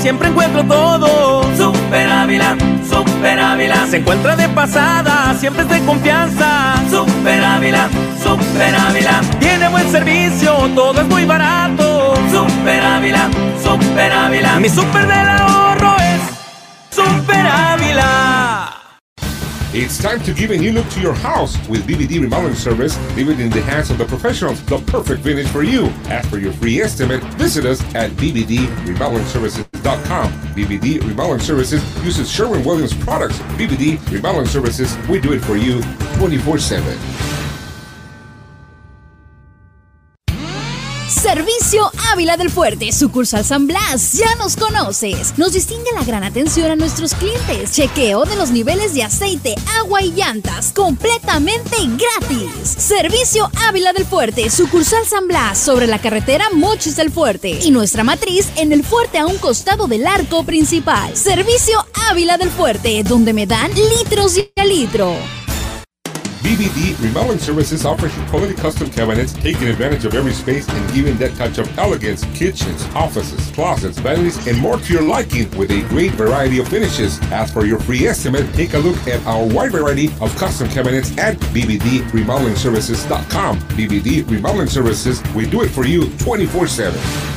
siempre encuentro todo. Super Ávila, Super Ávila. Se encuentra de pasada, siempre es de confianza. Super Ávila, Super Ávila. Tiene buen servicio, todo es muy barato. Super Ávila, Super Ávila. Mi super del ahorro es Super Ávila. It's time to give a new look to your house. With BBD Remodeling Service, leave it in the hands of the professionals, the perfect finish for you. Ask for your free estimate. Visit us at bbdremodelingservices.com. BBD Remodeling Services uses Sherwin-Williams products. BBD Remodeling Services, we do it for you 24/7. Servicio Ávila del Fuerte, sucursal San Blas. Ya nos conoces. Nos distingue la gran atención a nuestros clientes. Chequeo de los niveles de aceite, agua y llantas, completamente gratis. Servicio Ávila del Fuerte, sucursal San Blas, sobre la carretera Mochis del Fuerte. Y nuestra matriz en el Fuerte, a un costado del arco principal. Servicio Ávila del Fuerte, donde me dan litros y a litro. BBD Remodeling Services offers you quality custom cabinets, taking advantage of every space and giving that touch of elegance. Kitchens, offices, closets, vanities, and more to your liking with a great variety of finishes. Ask for your free estimate. Take a look at our wide variety of custom cabinets at bbdremodelingservices.com. BBD Remodeling Services, we do it for you 24/7.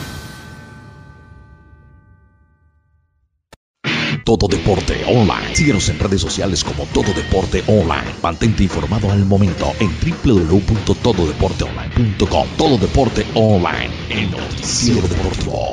Todo Deporte Online. Síguenos en redes sociales como Todo Deporte Online. Mantente informado al momento en www.tododeporteonline.com. Todo Deporte Online, el noticiero deportivo.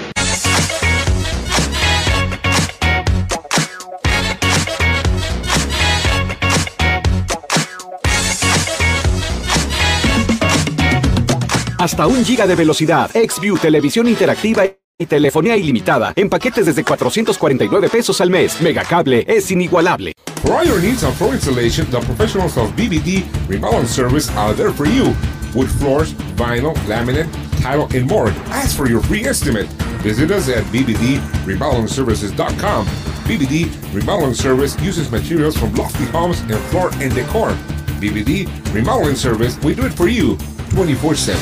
Hasta 1 GB de velocidad. XView, televisión interactiva y telefonía ilimitada en paquetes desde 449 pesos al mes. Megacable es inigualable. For all your needs on floor installation, the professionals of BBD Remodeling Service are there for you. Wood floors, vinyl, laminate, tile, and more. Ask for your free estimate. Visit us at bbdremodelingservices.com. BBD Remodeling Service uses materials from Lofty Homes and Floor and Decor. BBD Remodeling Service, we do it for you 24/7.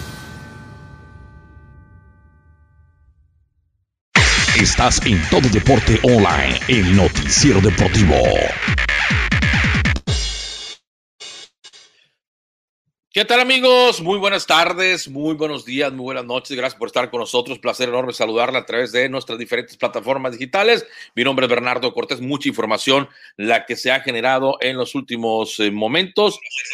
Estás en Todo Deporte Online, el noticiero deportivo. ¿Qué tal, amigos? Muy buenas tardes, muy buenos días, muy buenas noches. Gracias por estar con nosotros. Placer enorme saludarla a través de nuestras diferentes plataformas digitales. Mi nombre es Bernardo Cortés. Mucha información la que se ha generado en los últimos momentos.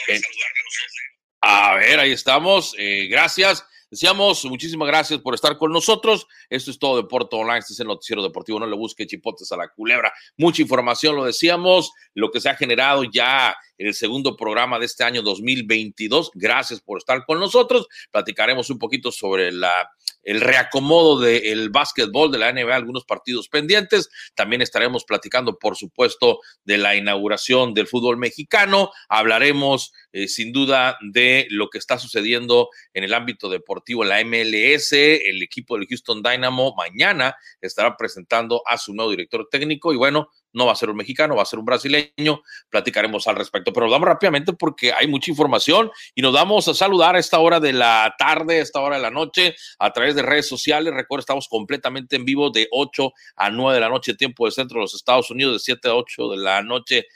A ver, ahí estamos. Gracias. Decíamos, muchísimas gracias por estar con nosotros. Esto es Todo Deporte Online, este es el noticiero deportivo. No le busque chipotes a la culebra. Mucha información, lo decíamos, lo que se ha generado ya en el segundo programa de este año 2022. Gracias por estar con nosotros. Platicaremos un poquito sobre el reacomodo del básquetbol de la NBA, algunos partidos pendientes. También estaremos platicando, por supuesto, de la inauguración del fútbol mexicano. Hablaremos, sin duda, de lo que está sucediendo en el ámbito deportivo en la MLS. El equipo del Houston Dynamo mañana estará presentando a su nuevo director técnico y bueno, no va a ser un mexicano, va a ser un brasileño. Platicaremos al respecto, pero vamos rápidamente porque hay mucha información y nos vamos a saludar a esta hora de la tarde, a esta hora de la noche, a través de redes sociales. Recuerda, estamos completamente en vivo de 8 a 9 de la noche, tiempo del centro de los Estados Unidos, de 7 a 8 de la noche,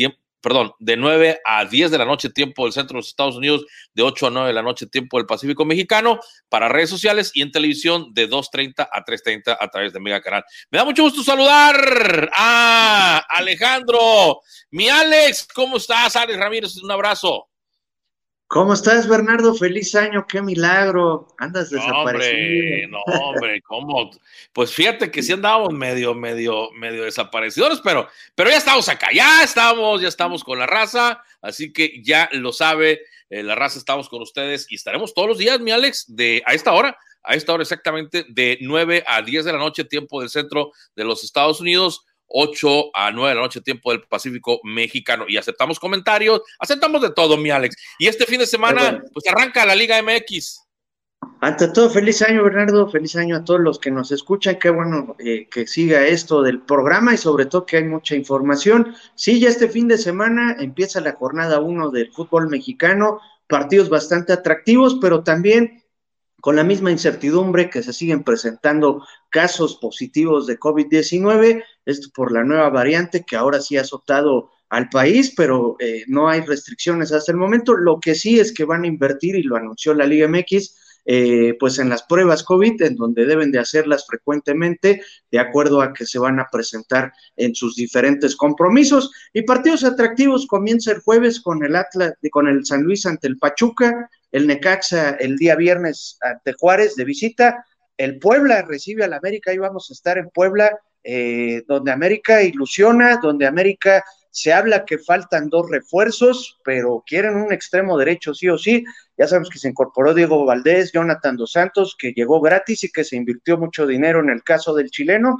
de 9 a 10 de la noche, tiempo del centro de los Estados Unidos, de 8 a 9 de la noche, tiempo del Pacífico Mexicano, para redes sociales y en televisión de 2:30 a 3:30 a través de Mega Canal. Me da mucho gusto saludar a Alejandro, mi Alex. ¿Cómo estás, Alex Ramírez? Un abrazo. ¿Cómo estás, Bernardo? Feliz año, qué milagro. Andas desaparecido. No, hombre, ¿cómo? Pues fíjate que sí andábamos medio desaparecidos, pero ya estamos acá, ya estamos con la raza, así que ya lo sabe, la raza, estamos con ustedes y estaremos todos los días, mi Alex, a esta hora exactamente, de 9 a 10 de la noche, tiempo del centro de los Estados Unidos, 8 a 9 de la noche, tiempo del Pacífico Mexicano, y aceptamos comentarios, aceptamos de todo, mi Alex, y este fin de semana, pues arranca la Liga MX. Ante todo, feliz año, Bernardo, feliz año a todos los que nos escuchan, qué bueno que siga esto del programa y sobre todo que hay mucha información. Sí, ya este fin de semana empieza la jornada 1 del fútbol mexicano, partidos bastante atractivos, pero también con la misma incertidumbre que se siguen presentando casos positivos de COVID-19, esto por la nueva variante que ahora sí ha azotado al país, pero no hay restricciones hasta el momento. Lo que sí es que van a invertir, y lo anunció la Liga MX, pues en las pruebas COVID, en donde deben de hacerlas frecuentemente, de acuerdo a que se van a presentar en sus diferentes compromisos. Y partidos atractivos: comienza el jueves con el Atlas, con el San Luis ante el Pachuca, el Necaxa el día viernes ante Juárez de visita, el Puebla recibe al América, ahí vamos a estar en Puebla, donde América ilusiona, donde América se habla que faltan 2 refuerzos, pero quieren un extremo derecho sí o sí. Ya sabemos que se incorporó Diego Valdés, Jonathan Dos Santos, que llegó gratis y que se invirtió mucho dinero en el caso del chileno,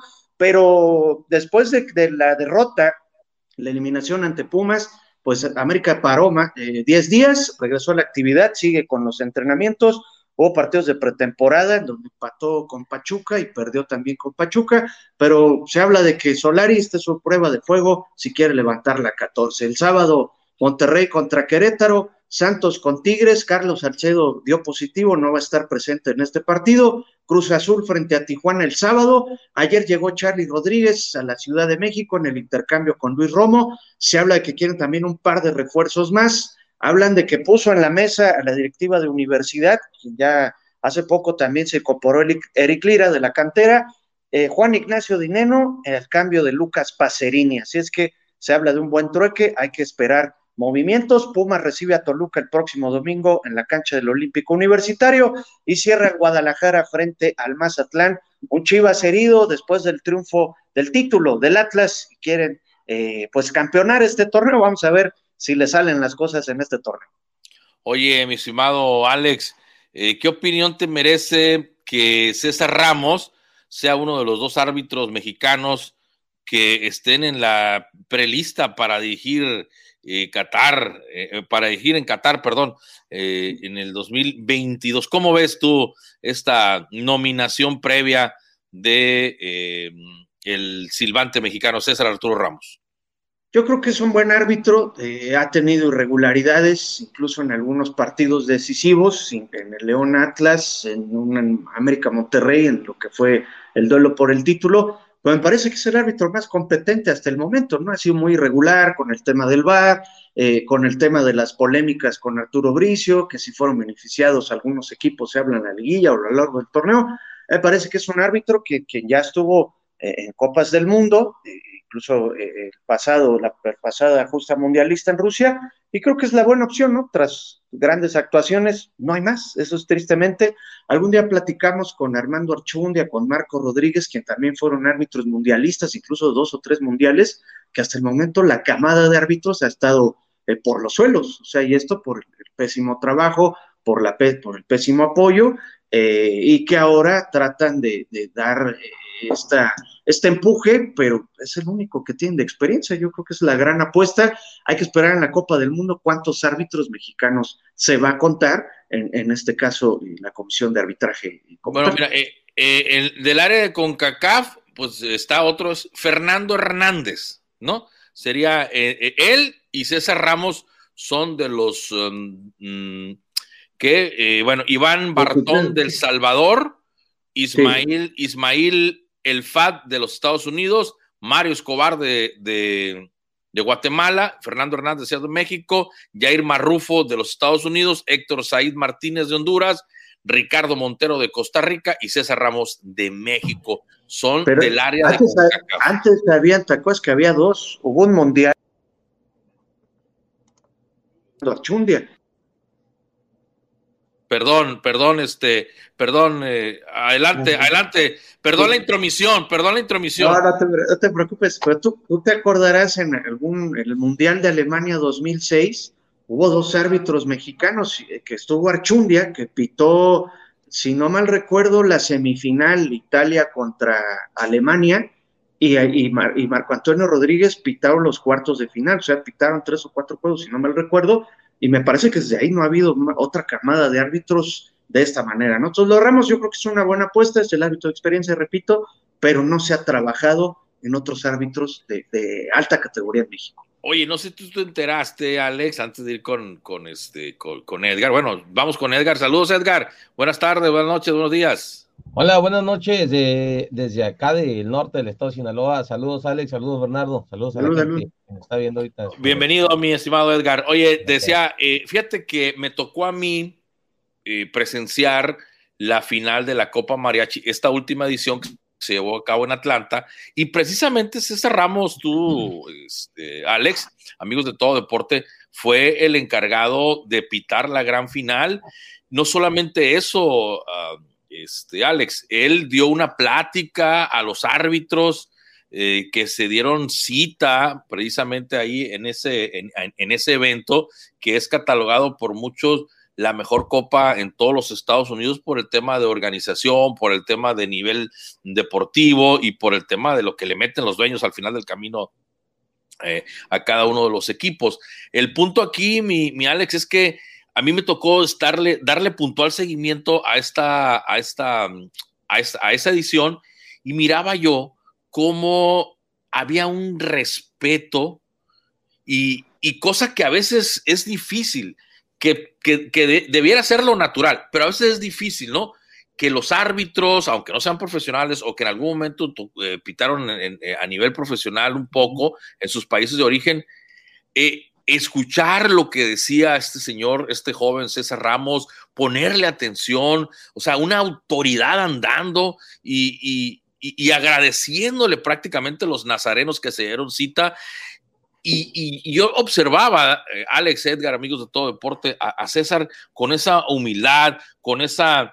pero después de la derrota, la eliminación ante Pumas, pues América paró 10 días, regresó a la actividad, sigue con los entrenamientos. Hubo partidos de pretemporada en donde empató con Pachuca y perdió también con Pachuca, pero se habla de que Solari, esta es su prueba de fuego, si quiere levantar la 14. El sábado, Monterrey contra Querétaro, Santos con Tigres, Carlos Salcedo dio positivo, no va a estar presente en este partido. Cruz Azul frente a Tijuana el sábado. Ayer llegó Charly Rodríguez a la Ciudad de México en el intercambio con Luis Romo. Se habla de que quieren también un par de refuerzos más. Hablan de que puso en la mesa a la directiva de Universidad, quien ya hace poco también se incorporó Eric Lira de la cantera, Juan Ignacio Dineno, el cambio de Lucas Pacerini. Así es que se habla de un buen trueque, hay que esperar movimientos. Pumas recibe a Toluca el próximo domingo en la cancha del Olímpico Universitario y cierra en Guadalajara frente al Mazatlán. Un Chivas herido después del triunfo del título del Atlas y quieren pues campeonar este torneo. Vamos a ver si le salen las cosas en este torneo. Oye, mi estimado Alex, ¿qué opinión te merece que César Ramos sea uno de los 2 árbitros mexicanos que estén en la prelista para dirigir Qatar, en el 2022? ¿Cómo ves tú esta nominación previa de el silbante mexicano César Arturo Ramos? Yo creo que es un buen árbitro, ha tenido irregularidades, incluso en algunos partidos decisivos, en el León Atlas, en América Monterrey, en lo que fue el duelo por el título, pero me parece que es el árbitro más competente hasta el momento, ¿no? Ha sido muy irregular con el tema del VAR, con el tema de las polémicas con Arturo Bricio, que si fueron beneficiados algunos equipos se hablan en la liguilla o a lo largo del torneo. Me parece que es un árbitro que ya estuvo en Copas del Mundo, incluso la pasada justa mundialista en Rusia, y creo que es la buena opción, ¿no? Tras grandes actuaciones, no hay más, eso es tristemente. Algún día platicamos con Armando Archundia, con Marco Rodríguez, quien también fueron árbitros mundialistas, incluso 2 o 3 mundiales, que hasta el momento la camada de árbitros ha estado por los suelos, o sea, y esto por el pésimo trabajo, por el pésimo apoyo, y que ahora tratan de dar este empuje, pero es el único que tienen de experiencia. Yo creo que es la gran apuesta. Hay que esperar en la Copa del Mundo cuántos árbitros mexicanos se va a contar, en este caso la Comisión de Arbitraje. Bueno, mira, del área de CONCACAF, pues está otro, es Fernando Hernández, ¿no? Sería él y César Ramos son de los Iván Bartón del Salvador, Ismail El Fad de los Estados Unidos, Mario Escobar de Guatemala, Fernando Hernández de México, Jair Marrufo de los Estados Unidos, Héctor Said Martínez de Honduras, Ricardo Montero de Costa Rica y César Ramos de México. Son del área de CONCACAF. Antes ¿te acuerdas que había 2? Hubo un mundial. Archundia. Perdón, adelante, perdón la intromisión. No te preocupes, pero tú te acordarás en el Mundial de Alemania 2006, hubo 2 árbitros mexicanos, que estuvo Archundia, que pitó, si no mal recuerdo, la semifinal Italia contra Alemania, y Marco Antonio Rodríguez pitaron los cuartos de final, o sea, pitaron 3 o 4 juegos, si no mal recuerdo, y me parece que desde ahí no ha habido otra camada de árbitros de esta manera, ¿no? Entonces, los Ramos yo creo que es una buena apuesta, es el árbitro de experiencia, repito, pero no se ha trabajado en otros árbitros de alta categoría en México. Oye, no sé si tú te enteraste, Alex, antes de ir con Edgar. Bueno, vamos con Edgar. Saludos, Edgar. Buenas tardes, buenas noches, buenos días. Hola, buenas noches desde acá del norte del estado de Sinaloa. Saludos Alex, saludos Bernardo, saludos a la Salud, gente salud. que me está viendo ahorita. Bienvenido, mi estimado Edgar. Oye, decía, fíjate que me tocó a mí presenciar la final de la Copa Mariachi, esta última edición que se llevó a cabo en Atlanta, y precisamente César Ramos, tú, Alex, amigos de Todo Deporte, fue el encargado de pitar la gran final. No solamente eso, Alex, él dio una plática a los árbitros que se dieron cita precisamente ahí en ese evento, que es catalogado por muchos la mejor copa en todos los Estados Unidos por el tema de organización, por el tema de nivel deportivo y por el tema de lo que le meten los dueños al final del camino a cada uno de los equipos. El punto aquí, mi Alex, es que a mí me tocó darle puntual seguimiento a esa edición, y miraba yo cómo había un respeto y cosa que a veces es difícil, que debiera ser lo natural, pero a veces es difícil, ¿no? Que los árbitros, aunque no sean profesionales o que en algún momento pitaron a nivel profesional un poco en sus países de origen, escuchar lo que decía este señor, este joven César Ramos, ponerle atención, o sea, una autoridad andando y agradeciéndole prácticamente a los nazarenos que se dieron cita. Y yo observaba, Alex, Edgar, amigos de Todo Deporte, a César con esa humildad, con esas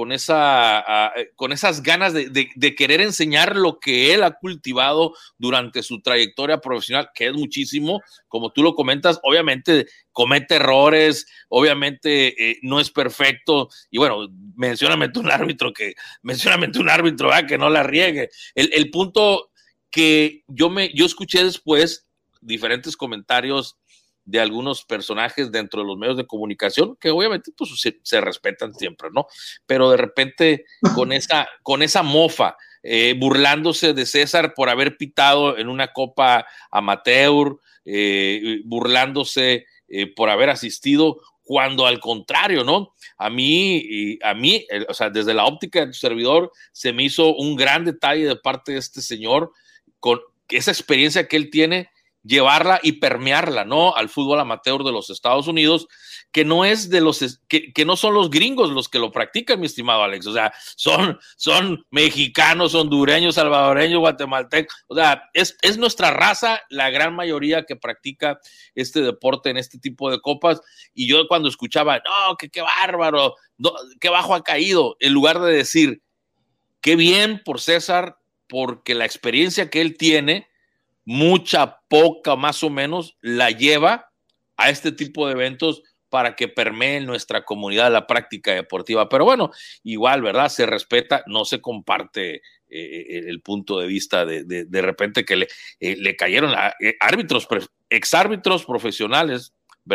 ganas de querer enseñar lo que él ha cultivado durante su trayectoria profesional, que es muchísimo, como tú lo comentas. Obviamente comete errores, obviamente no es perfecto, y bueno, mencióname un árbitro que no la riegue. El punto que yo escuché después diferentes comentarios de algunos personajes dentro de los medios de comunicación, que obviamente pues se respetan siempre, ¿no? Pero de repente con esa mofa, burlándose de César por haber pitado en una copa amateur, burlándose por haber asistido, cuando al contrario, ¿no? A mí, o sea, desde la óptica de tu servidor, se me hizo un gran detalle de parte de este señor, con esa experiencia que él tiene, llevarla y permearla, ¿no? Al fútbol amateur de los Estados Unidos, que no es que no son los gringos los que lo practican, mi estimado Alex. O sea, son mexicanos, hondureños, salvadoreños, guatemaltecos. O sea, es nuestra raza la gran mayoría que practica este deporte en este tipo de copas. Y yo cuando escuchaba, no, que qué bárbaro, no, qué bajo ha caído, en lugar de decir, qué bien por César, porque la experiencia que él tiene, mucha, poca, más o menos, la lleva a este tipo de eventos para que permee en nuestra comunidad la práctica deportiva. Pero bueno, igual, ¿verdad? Se respeta, no se comparte el punto de vista de repente que le cayeron a árbitros exprofesionales,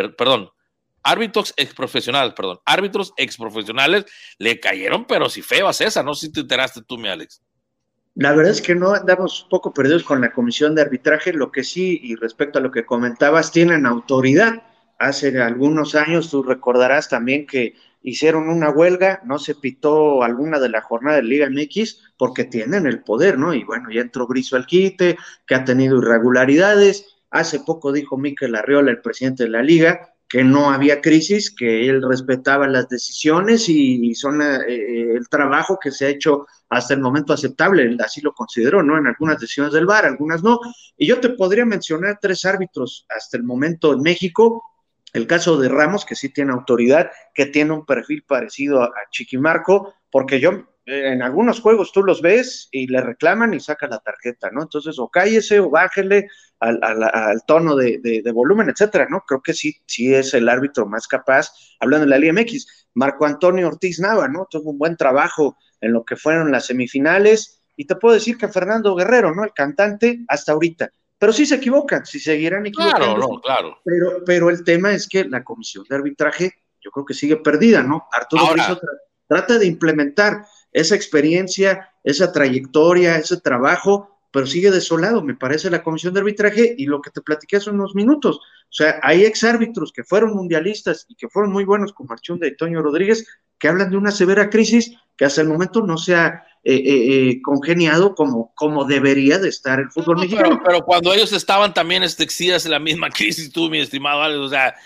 le cayeron, pero sí feo a César. No sé si te enteraste tú, mi Alex. La verdad es que no, andamos un poco perdidos con la comisión de arbitraje. Lo que sí, y respecto a lo que comentabas, tienen autoridad. Hace algunos años, tú recordarás también que hicieron una huelga, no se pitó alguna de la jornada de Liga MX porque tienen el poder, ¿no? Y bueno, ya entró Brizo al quite, que ha tenido irregularidades. Hace poco dijo Mikel Arriola, el presidente de la Liga, que no había crisis, que él respetaba las decisiones y son el trabajo que se ha hecho hasta el momento aceptable. Él así lo consideró, ¿no? En algunas decisiones del VAR, algunas no. Y yo te podría mencionar 3 árbitros hasta el momento en México. El caso de Ramos, que sí tiene autoridad, que tiene un perfil parecido a Chiquimarco, porque yo en algunos juegos tú los ves y le reclaman y saca la tarjeta, ¿no? Entonces, o cállese o bájele al tono de volumen, etcétera, ¿no? Creo que sí es el árbitro más capaz, hablando de la Liga MX. Marco Antonio Ortiz Nava, ¿no? Tuvo un buen trabajo en lo que fueron las semifinales, y te puedo decir que Fernando Guerrero, ¿no? El cantante, hasta ahorita. Pero sí se equivocan, sí seguirán equivocando. Claro. Pero el tema es que la comisión de arbitraje, yo creo que sigue perdida, ¿no? Arturo Brizo trata de implementar esa experiencia, esa trayectoria, ese trabajo, pero sigue desolado, me parece, la comisión de arbitraje. Y lo que te platiqué hace unos minutos, o sea, hay exárbitros que fueron mundialistas y que fueron muy buenos, como Archundia y Toño Rodríguez, que hablan de una severa crisis que hasta el momento no se ha congeniado como debería de estar el fútbol mexicano. Pero cuando ellos estaban también exhibidas en la misma crisis, tú, mi estimado Alex, o sea,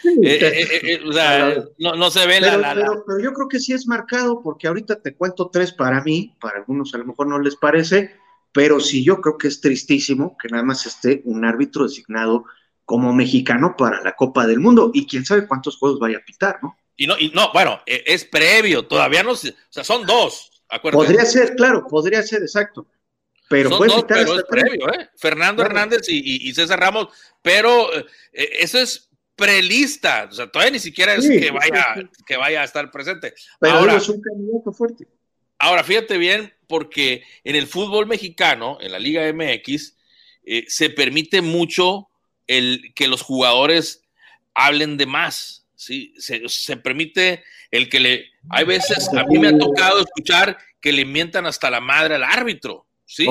no se ve pero yo creo que sí es marcado, porque ahorita te cuento 3 para mí, para algunos a lo mejor no les parece, pero sí yo creo que es tristísimo que nada más esté un árbitro designado como mexicano para la Copa del Mundo, y quién sabe cuántos juegos vaya a pitar, ¿no? Bueno, es previo, todavía no, o sea, son 2. Acuérdate. Podría ser, claro, podría ser, exacto. Pero son puede 2, pitar pero es previo, Fernando Hernández y César Ramos, pero eso es prelista, o sea, todavía ni siquiera es que vaya a estar presente. Pero ahora es un candidato fuerte. Ahora, fíjate bien, porque en el fútbol mexicano, en la Liga MX, se permite mucho que los jugadores hablen de más, ¿sí? Se permite hay veces, a mí me ha tocado escuchar que le mientan hasta la madre al árbitro, ¿sí?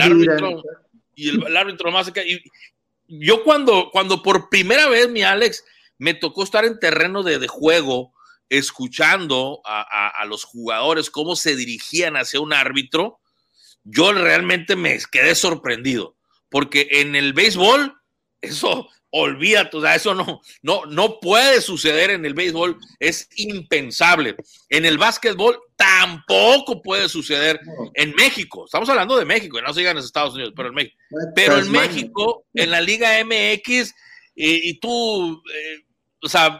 Y el árbitro más acá. Y yo cuando por primera vez, mi Alex, me tocó estar en terreno de juego, escuchando a los jugadores cómo se dirigían hacia un árbitro, yo realmente me quedé sorprendido, porque en el béisbol, eso, olvídate, o sea, eso no puede suceder en el béisbol, es impensable. En el básquetbol tampoco puede suceder. En México, estamos hablando de México, no se digan en Estados Unidos, pero en México. Pero en México, en la Liga MX, y tú, o sea,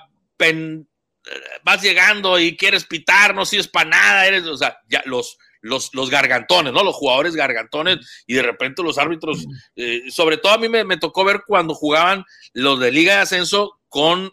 vas llegando y quieres pitar, no sirves para nada, o sea, ya los gargantones, ¿no? Los jugadores gargantones, y de repente los árbitros, sobre todo a mí me tocó ver cuando jugaban los de Liga de Ascenso con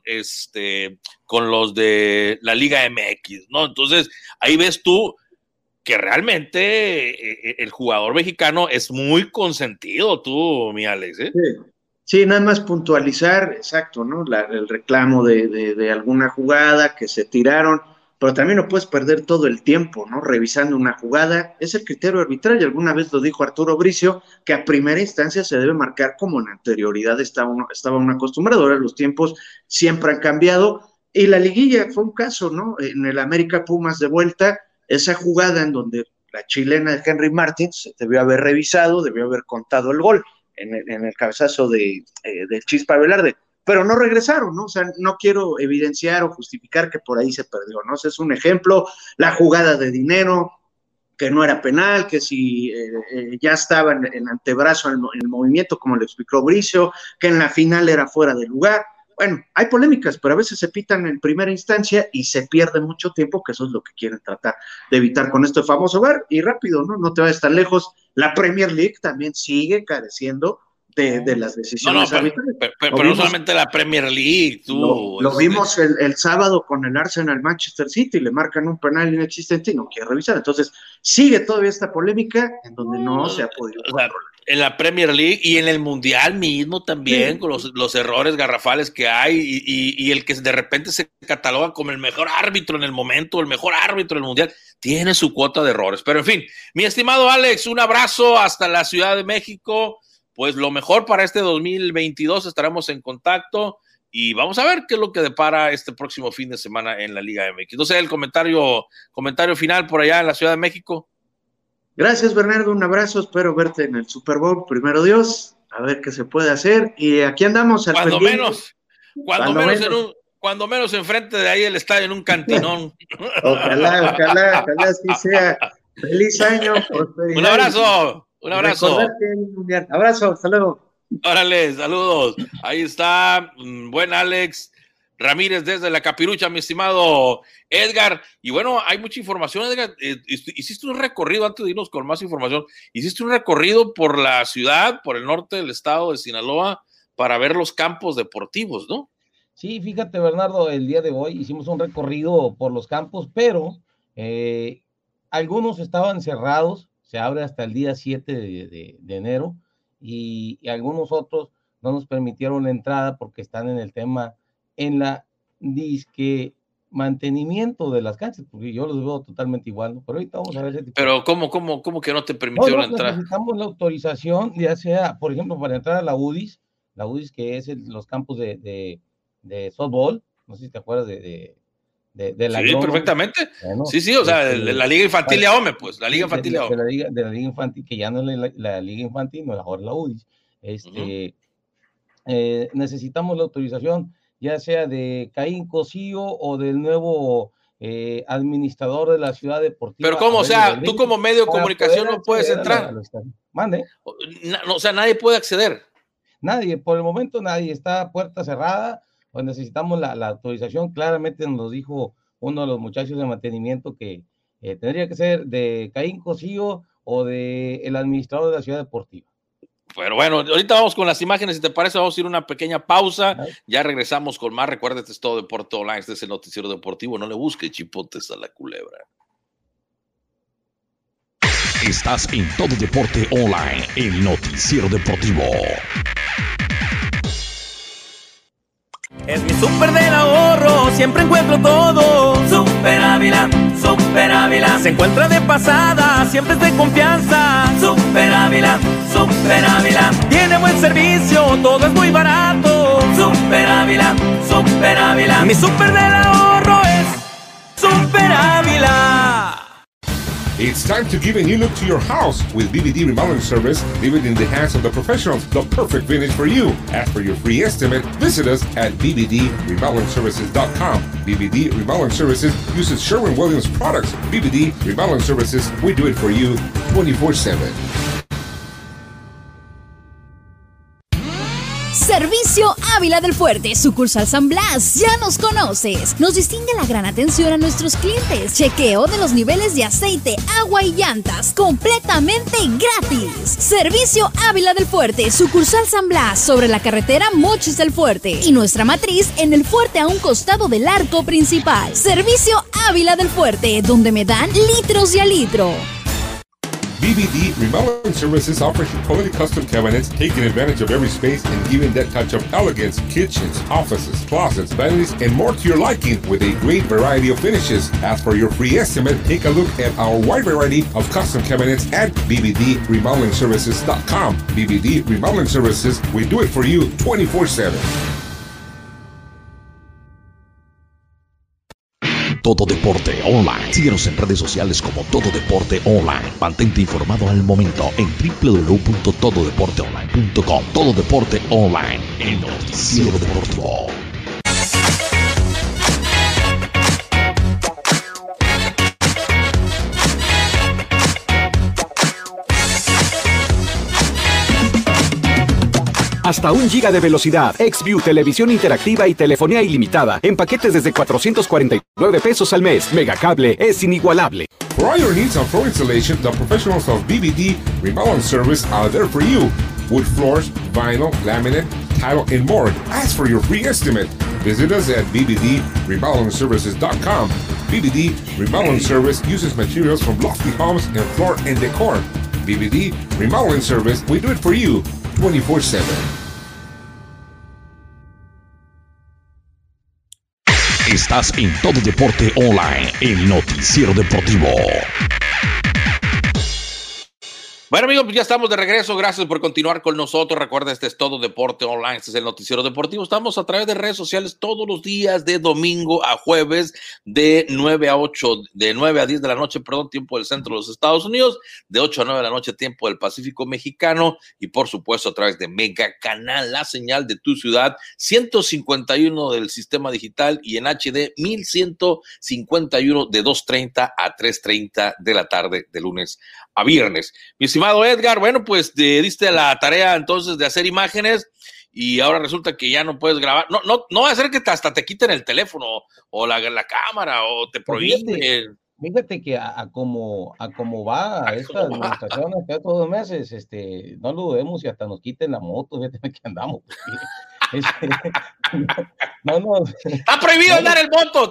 los de la Liga MX, ¿no? Entonces, ahí ves tú que realmente el jugador mexicano es muy consentido, tú, mi Alex, ¿eh? Sí, nada más puntualizar, exacto, ¿no? El reclamo de alguna jugada que se tiraron, pero también no puedes perder todo el tiempo, ¿no? Revisando una jugada, es el criterio arbitral, y alguna vez lo dijo Arturo Bricio, que a primera instancia se debe marcar como en anterioridad estaba uno acostumbrado. Ahora los tiempos siempre han cambiado, y la liguilla fue un caso, ¿no? En el América Pumas de vuelta, esa jugada en donde la chilena de Henry Martin se debió haber revisado, debió haber contado el gol en el cabezazo de Chispa Velarde, pero no regresaron, ¿no? O sea, no quiero evidenciar o justificar que por ahí se perdió, ¿no? O sea, es un ejemplo, la jugada de Dinero, que no era penal, que si ya estaba en antebrazo el movimiento, como le explicó Bricio, que en la final era fuera de lugar. Bueno, hay polémicas, pero a veces se pitan en primera instancia y se pierde mucho tiempo, que eso es lo que quieren tratar de evitar con este famoso VAR. Y rápido, ¿no? No te vayas tan lejos. La Premier League también sigue careciendo de las decisiones arbitrales. Pero no solamente la Premier League, tú. Lo vimos el sábado con el Arsenal Manchester City, le marcan un penal inexistente y no quiere revisar. Entonces, sigue todavía esta polémica en donde no se ha podido controlar. En la Premier League y en el Mundial mismo también, con los errores garrafales que hay, y el que de repente se cataloga como el mejor árbitro en el momento, el mejor árbitro del Mundial, tiene su cuota de errores. Pero en fin, mi estimado Alex, un abrazo hasta la Ciudad de México. Pues lo mejor para este 2022, estaremos en contacto y vamos a ver qué es lo que depara este próximo fin de semana en la Liga MX. No sé, el comentario final por allá en la Ciudad de México. Gracias, Bernardo, un abrazo, espero verte en el Super Bowl, primero Dios, a ver qué se puede hacer, y aquí andamos al cuando menos enfrente de ahí el estadio, en un cantinón. Ojalá así sea. Feliz año. Un abrazo. Abrazo, hasta luego. Órale, saludos. Ahí está, buen Alex Ramírez desde la Capirucha, mi estimado Edgar. Y bueno, hay mucha información, Edgar. Hiciste un recorrido, antes de irnos con más información, hiciste un recorrido por la ciudad, por el norte del estado de Sinaloa, para ver los campos deportivos, ¿no? Sí, fíjate, Bernardo, el día de hoy hicimos un recorrido por los campos, pero algunos estaban cerrados, se abre hasta el día 7 de enero, y algunos otros no nos permitieron la entrada porque están en el tema, en la disque mantenimiento de las canchas, porque yo los veo totalmente igual, ¿no? Pero ahorita vamos a ver ese tipo. Pero ¿cómo que no te permitieron la entrada? Necesitamos la autorización, ya sea, por ejemplo, para entrar a la UDIS, que es los campos de softball, no sé si te acuerdas de de la sí, perfectamente. Bueno, sí, o sea, la Liga Infantil de AOME, pues, la Liga Infantil de AOME. De la Liga Infantil, que ya no es la Liga Infantil, no es ahora la UDIS. Necesitamos la autorización, ya sea de Caín Cosío o del nuevo administrador de la ciudad deportiva. Pero ¿cómo? O sea, tú como medio de comunicación no puedes entrar. Mande. O sea, nadie puede acceder. Nadie, por el momento nadie, está puerta cerrada, pues necesitamos la autorización. Claramente nos dijo uno de los muchachos de mantenimiento que tendría que ser de Caín Cosío o de el administrador de la ciudad deportiva. Pero bueno, ahorita vamos con las imágenes, si te parece, vamos a ir a una pequeña pausa, ya regresamos con más. Recuerda, este es Todo Deporte Online, este es el noticiero deportivo, no le busque chipotes a la culebra. Estás en Todo Deporte Online, el noticiero deportivo. Es mi súper del ahorro, siempre encuentro todo. Super Ávila, Super Ávila. Se encuentra de pasada, siempre es de confianza. Super Ávila, Super Ávila. Tiene buen servicio, todo es muy barato. Super Ávila, Super Ávila. Mi súper del ahorro es Super Ávila. It's time to give a new look to your house. With BBD Remodeling Service, leave it in the hands of the professionals, the perfect finish for you. Ask for your free estimate. Visit us at bbdremodelingservices.com. BBD Remodeling Services uses Sherwin-Williams products. BBD Remodeling Services, we do it for you 24/7. Servicio Ávila del Fuerte, sucursal San Blas, ya nos conoces. Nos distingue la gran atención a nuestros clientes. Chequeo de los niveles de aceite, agua y llantas, completamente gratis. Servicio Ávila del Fuerte, sucursal San Blas, sobre la carretera Mochis del Fuerte. Y nuestra matriz en el fuerte a un costado del arco principal. Servicio Ávila del Fuerte, donde me dan litros y a litro. BBD Remodeling Services offers you quality custom cabinets, taking advantage of every space and giving that touch of elegance, kitchens, offices, closets, vanities, and more to your liking with a great variety of finishes. Ask for your free estimate. Take a look at our wide variety of custom cabinets at bbdremodelingservices.com. BBD Remodeling Services, we do it for you 24/7. Todo Deporte Online. Síguenos en redes sociales como Todo Deporte Online. Mantente informado al momento en www.tododeporteonline.com. Todo Deporte Online, el noticiero deportivo. Hasta 1 giga de velocidad, XView, televisión interactiva y telefonía ilimitada en paquetes desde 449 pesos al mes. Megacable es inigualable. For all your needs on floor installation, the professionals of BBD Remodeling Service are there for you. Wood floors, vinyl, laminate, tile, and more. Ask for your free estimate. Visit us at bbdremodelingservices.com. BBD Remodeling Service uses materials from lofty homes and floor and decor. BBD Remodeling Service, we do it for you 24/7. Estás en Todo Deporte Online, el noticiero deportivo. Bueno, amigos, pues ya estamos de regreso. Gracias por continuar con nosotros. Recuerda, este es Todo Deporte Online. Este es el noticiero deportivo. Estamos a través de redes sociales todos los días, de domingo a jueves, de 9 a 10 de la noche, tiempo del centro de los Estados Unidos, de 8 a 9 de la noche, tiempo del Pacífico mexicano, y por supuesto a través de Mega Canal, la señal de tu ciudad, 151 del sistema digital, y en HD 1151 de 2:30 a 3:30 de la tarde, de lunes a viernes. Mi estimado Edgar, bueno, pues te diste la tarea entonces de hacer imágenes y ahora resulta que ya no puedes grabar. No va a ser que hasta te quiten el teléfono o la cámara o te prohíben. Fíjate que a como va esta administración acá todos los meses, no lo dudemos y hasta nos quiten la moto, fíjate que andamos. Está prohibido andar el moto,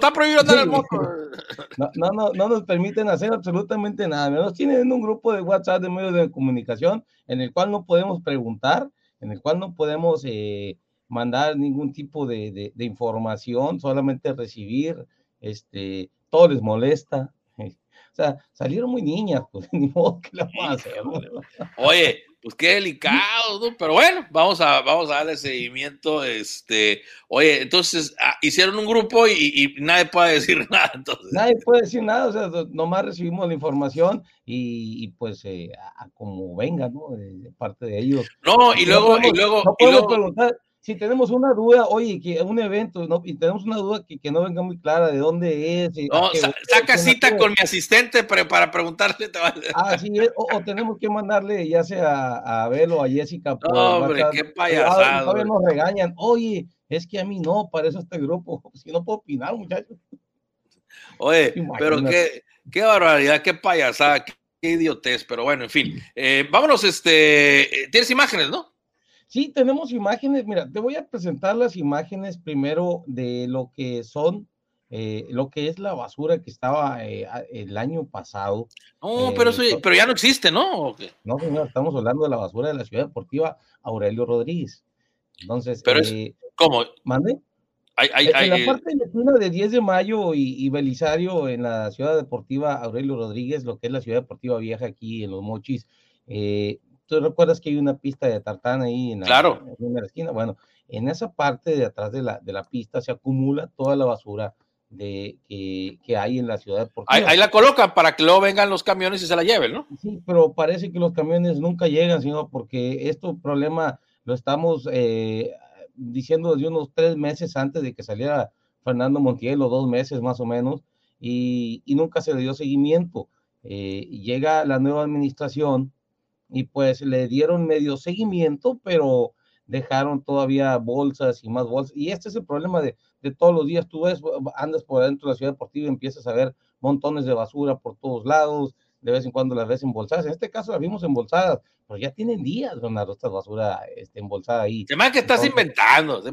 No nos permiten hacer absolutamente nada. Nos tienen un grupo de WhatsApp de medios de comunicación en el cual no podemos preguntar, en el cual no podemos mandar ningún tipo de información, solamente recibir, todo les molesta. O sea, salieron muy niñas, pues ni modo que la vamos a hacer. Oye, Pues qué delicado, ¿no? Pero bueno, vamos a darle seguimiento. Oye, entonces hicieron un grupo y nadie puede decir nada. Entonces. Nadie puede decir nada, o sea, nomás recibimos la información y pues como venga, ¿no? De parte de ellos. No, y luego preguntar. Si tenemos una duda, oye, que un evento, ¿no? Y tenemos una duda que no venga muy clara de dónde es. No, saca cita con mi asistente para preguntarle. Sí, o tenemos que mandarle ya sea a Abel o a Jessica. No, hombre, qué payasado. Todavía nos regañan. Oye, es que a mí no, para eso este grupo. Si no puedo opinar, muchachos. Oye, pero qué barbaridad, qué payasada, qué idiotez. Pero bueno, en fin. Vámonos, tienes imágenes, ¿no? Sí, tenemos imágenes. Mira, te voy a presentar las imágenes primero de lo que son, lo que es la basura que estaba el año pasado. No, pero ya no existe, ¿no? ¿O qué? No, señor, estamos hablando de la basura de la Ciudad Deportiva Aurelio Rodríguez. Entonces, pero ¿cómo? ¿Mande? En la parte de la esquina de 10 de Mayo y Belisario, en la Ciudad Deportiva Aurelio Rodríguez, lo que es la Ciudad Deportiva Vieja aquí en Los Mochis, ¿tú recuerdas que hay una pista de tartán ahí en la primera esquina? Bueno, en esa parte de atrás de la pista se acumula toda la basura que hay en la Ciudad Deportiva. Ahí la colocan para que luego vengan los camiones y se la lleven, ¿no? Sí, pero parece que los camiones nunca llegan, sino porque este problema lo estamos diciendo desde unos 3 meses antes de que saliera Fernando Montiel, o 2 meses más o menos, y nunca se le dio seguimiento. Llega la nueva administración y pues le dieron medio seguimiento, pero dejaron todavía bolsas y más bolsas. Y este es el problema de todos los días. Tú andas por dentro de la Ciudad Deportiva y empiezas a ver montones de basura por todos lados. De vez en cuando las ves embolsadas. En este caso las vimos embolsadas, pero ya tienen días, Leonardo, esta basura embolsada ahí. Se me que estás inventando.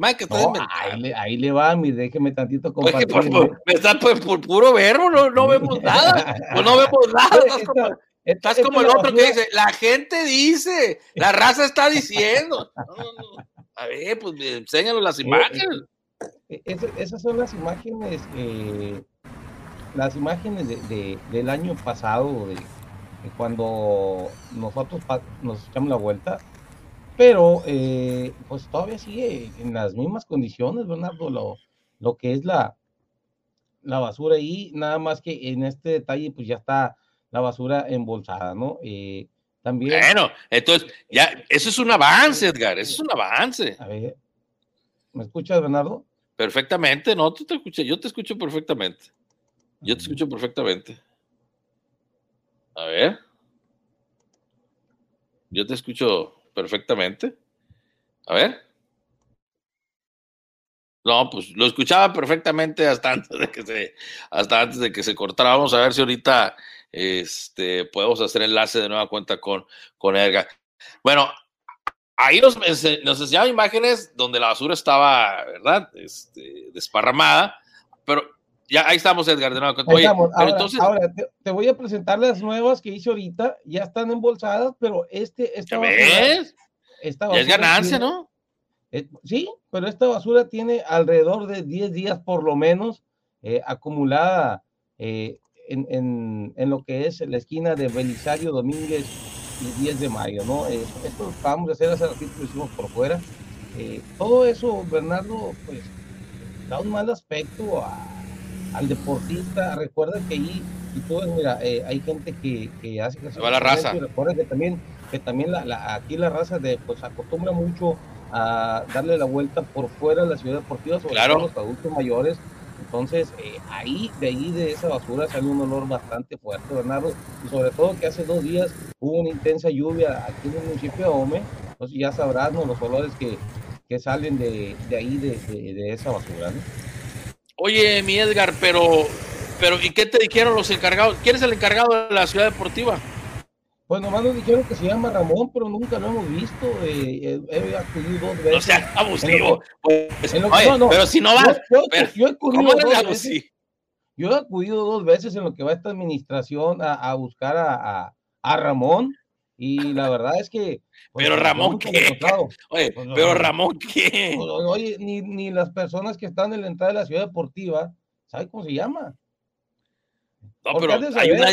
Ahí le va, déjeme tantito compartir. Oye, me está por puro verbo, no vemos nada. Pues no vemos nada. Estás como el otro que dice, la gente dice, la raza está diciendo. No. A ver, pues enséñanos las imágenes. Esas son las imágenes del año pasado, de cuando nosotros nos echamos la vuelta, pero pues todavía sigue en las mismas condiciones, Bernardo, lo que es la basura ahí, nada más que en este detalle pues ya está la basura embolsada, ¿no? También. Bueno, entonces, ya, eso es un avance, Edgar, eso es un avance. A ver, ¿me escuchas, Bernardo? Perfectamente, no, tú te escuchas, yo te escucho perfectamente. Yo te escucho perfectamente. A ver. Yo te escucho perfectamente. A ver. No, pues lo escuchaba perfectamente hasta antes de que se cortara. Vamos a ver si ahorita podemos hacer enlace de nueva cuenta con Edgar. Bueno, ahí nos enseñaba imágenes donde la basura estaba, ¿verdad? Desparramada, pero ya ahí estamos, Edgar, de nueva cuenta. Oye, ahora te voy a presentar las nuevas que hice ahorita, ya están embolsadas, pero esta ¿ves? Ya es ganancia, ¿no? Sí, pero esta basura tiene alrededor de 10 días por lo menos acumulada en lo que es la esquina de Belisario Domínguez y 10 de Mayo, ¿no? Esto lo acabamos de hacer hace ratito, lo hicimos por fuera. Todo eso, Bernardo, pues da un mal aspecto al deportista. Recuerda que ahí, y tú, mira, hay gente que hace que se va la raza. Recuerda que también aquí la raza pues acostumbra mucho a darle la vuelta por fuera de la Ciudad Deportiva, sobre todo los adultos mayores. Entonces, de esa basura sale un olor bastante fuerte, Bernardo, y sobre todo que hace 2 días hubo una intensa lluvia aquí en el municipio de Ome. Entonces ya sabrás, ¿no?, los olores que salen de ahí, de esa basura, ¿no? Oye, mi Edgar, pero ¿y qué te dijeron los encargados? ¿Quién es el encargado de la Ciudad Deportiva? Pues nomás nos dijeron que se llama Ramón, pero nunca lo hemos visto. He acudido 2 veces. O sea, abusivo. No, pero si no vas. Yo he acudido 2 veces. Yo he acudido 2 veces en lo que va esta administración a buscar a Ramón, y la verdad es que. Pues, pero Ramón, ¿qué? Oye, pues, pero Ramón, ¿qué? Pues, oye, ni las personas que están en la entrada de la Ciudad Deportiva, ¿sabe cómo se llama? No, pero hay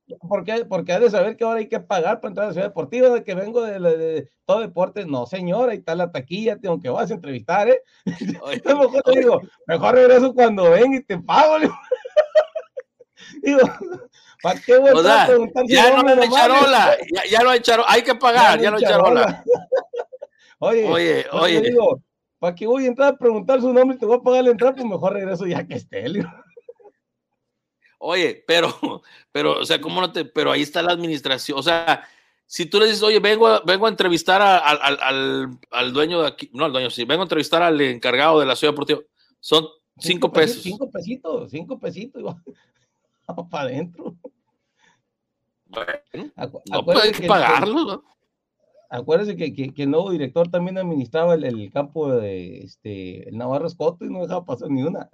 Porque has de saber que ahora hay que pagar para entrar a la Ciudad Deportiva, de que vengo de todo deporte. No, señor, ahí está la taquilla, aunque vas a entrevistar, ¿eh? Oye, Mejor te digo, mejor regreso cuando ven y te pago. Digo, ¿para qué voy a preguntar si ya no le echarola, ya lo echaron, hay que pagar, ya lo echarola. Oye. Digo, ¿para qué voy a entrar a preguntar su nombre y te voy a pagar la entrada? Pues mejor regreso ya que esté. Oye, pero, o sea, ¿cómo no te? Pero ahí está la administración. O sea, si tú le dices, oye, vengo a entrevistar al dueño de aquí, no al dueño, sí, vengo a entrevistar al encargado de la Ciudad Deportiva, son 5 pesos. 5 pesitos, igual. Vamos para adentro. Bueno, no puede pagarlo, ¿no? Acuérdese que el nuevo director también administraba el campo de el Navarro Escoto y no dejaba pasar ni una.